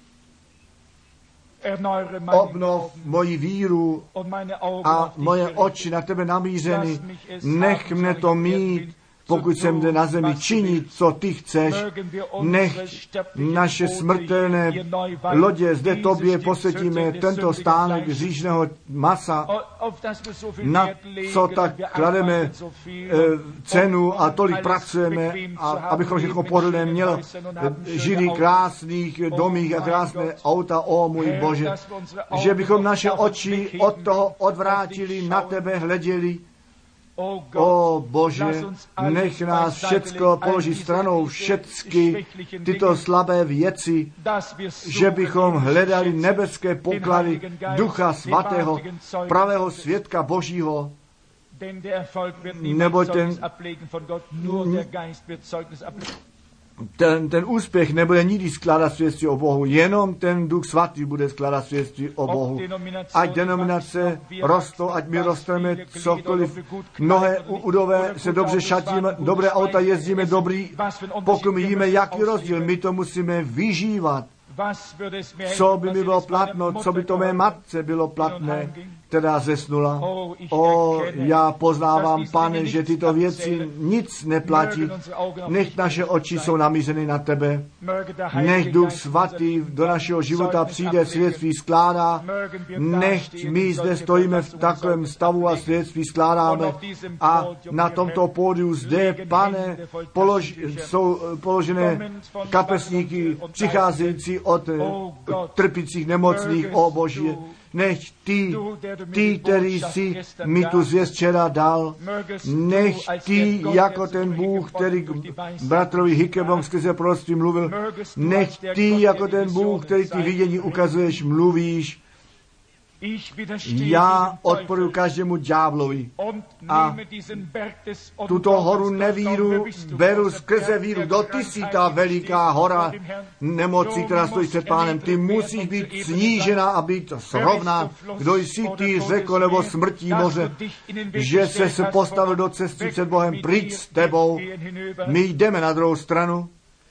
obnov moji víru a moje oči na tebe namířeny, nech mne to mít, pokud jsem jde na zemi činit, co ty chceš, nech naše smrtelné lodě zde tobě posvětíme tento stánek říšného masa, na co tak klademe cenu a tolik pracujeme, a abychom všechno pohodlné měli, žili krásných domích a krásné auta, o můj Bože, že bychom naše oči od toho odvrátili, na tebe hleděli. O Bože, nech nás všecko položit stranou, všecky tyto slabé věci, že bychom hledali nebeské poklady Ducha Svatého, pravého svědka Božího, nebo ten ten úspěch nebude nikdy skládat svědectví o Bohu, jenom ten Duch Svatý bude skládat svědectví o Bohu. Ať denominace rostou, ať my rosteme cokoliv. Mnohé udové se dobře šatíme, dobré auta jezdíme, dobrý pokrm jíme, jaký rozdíl? My to musíme vyžívat. Co by mi bylo platno, co by to mé matce bylo platné, která zesnula. Já poznávám, Pane, že tyto věci nic neplatí. Nech naše oči jsou namířeny na tebe. Nech Duch Svatý do našeho života přijde, svědectví skládá. Nech my zde stojíme v takovém stavu a svědectví skládáme. A na tomto pódiu zde, Pane, jsou položené kapesníky přicházející od trpících nemocných, o Boží. Nech ty, který jsi mi tu zvěst včera dal, nech ty, jako ten Bůh, který k bratrovi Hikebom skrze proroctví mluvil, nech ty, jako ten Bůh, který ty vidění ukazuješ, mluvíš. Já odporuji každému ďáblovi a tuto horu nevíru beru skrze víru. Do ty jsi ta veliká hora nemocí, která stojí před Pánem. Ty musíš být snížena a být srovná. Kdo jsi ty, řekl, nebo smrtí moře, že se postavil do cesty před Bohem, pryč s tebou. My jdeme na druhou stranu.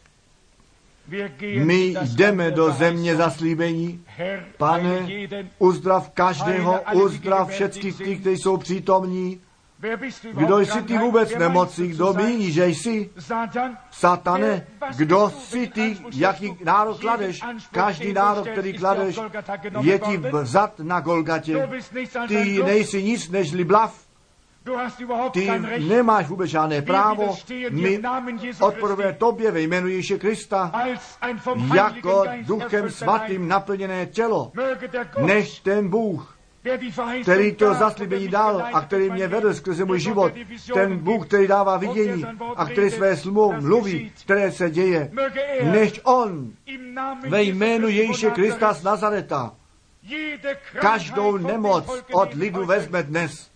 My jdeme do země zaslíbení. Pane, uzdrav každého, uzdrav všeckých těch, kteří jsou přítomní. Kdo jsi ty vůbec nemocí? Kdo míní, že jsi? Satane, kdo jsi ty? Jaký nárok kladeš? Každý nárok, který kladeš, je ti vzat na Golgatě. Ty nejsi nic nežli blav. Ty nemáš vůbec žádné právo. My odporujeme tobě ve jménu Ježíše Krista jako Duchem Svatým naplněné tělo. Nech ten Bůh, který to zaslíbení dal a který mě vedl skrze můj život, ten Bůh, který dává vidění a který své slovo mluví, které se děje, nech on ve jménu Ježíše Krista z Nazareta každou nemoc od lidu vezme dnes.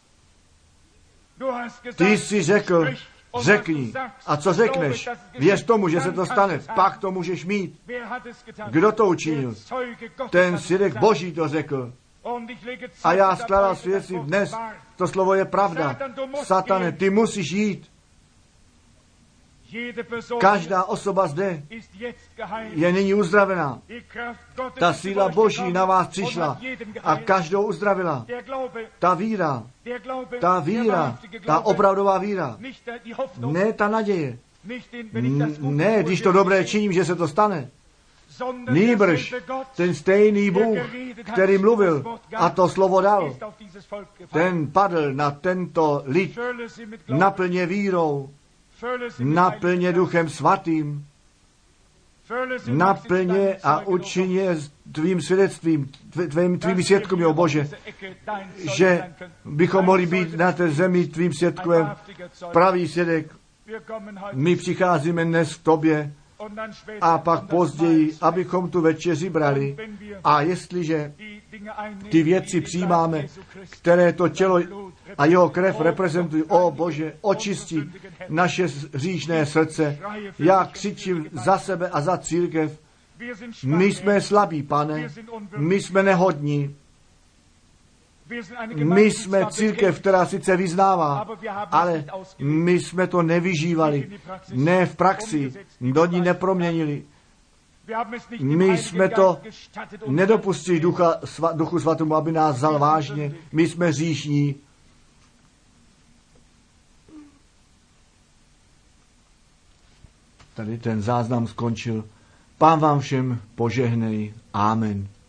Ty jsi řekl, řekni. A co řekneš? Věř tomu, že se to stane. Pak to můžeš mít. Kdo to učinil? Ten svědek Boží to řekl. A já skládal svědectví dnes. To slovo je pravda. Satane, ty musíš jít. Každá osoba zde je nyní uzdravená. Ta síla Boží na vás přišla a každou uzdravila. Ta víra, ta opravdová víra. Ne ta naděje. Ne, když to dobré činím, že se to stane. Nýbrž ten stejný Bůh, který mluvil a to slovo dal, ten padl na tento lid naplně vírou, naplně Duchem Svatým, naplně a učině tvým svědectvím, tvými svědkami, o Bože, že bychom mohli být na té zemi tvým svědkem, pravý svědek. My přicházíme dnes v tobě a pak později, abychom tu večeři brali. A jestliže ty věci přijímáme, které to tělo a jeho krev reprezentují, o Bože, očistí naše hříšné srdce. Já křičím za sebe a za církev. My jsme slabí, Pane, my jsme nehodní. My jsme církev, která sice vyznává, ale my jsme to nevyžívali, ne v praxi, do ní neproměnili. My jsme to nedopustili Duchu Svatému, aby nás vzal vážně. My jsme hříšní. Tady ten záznam skončil. Pán vám všem požehnej. Amen.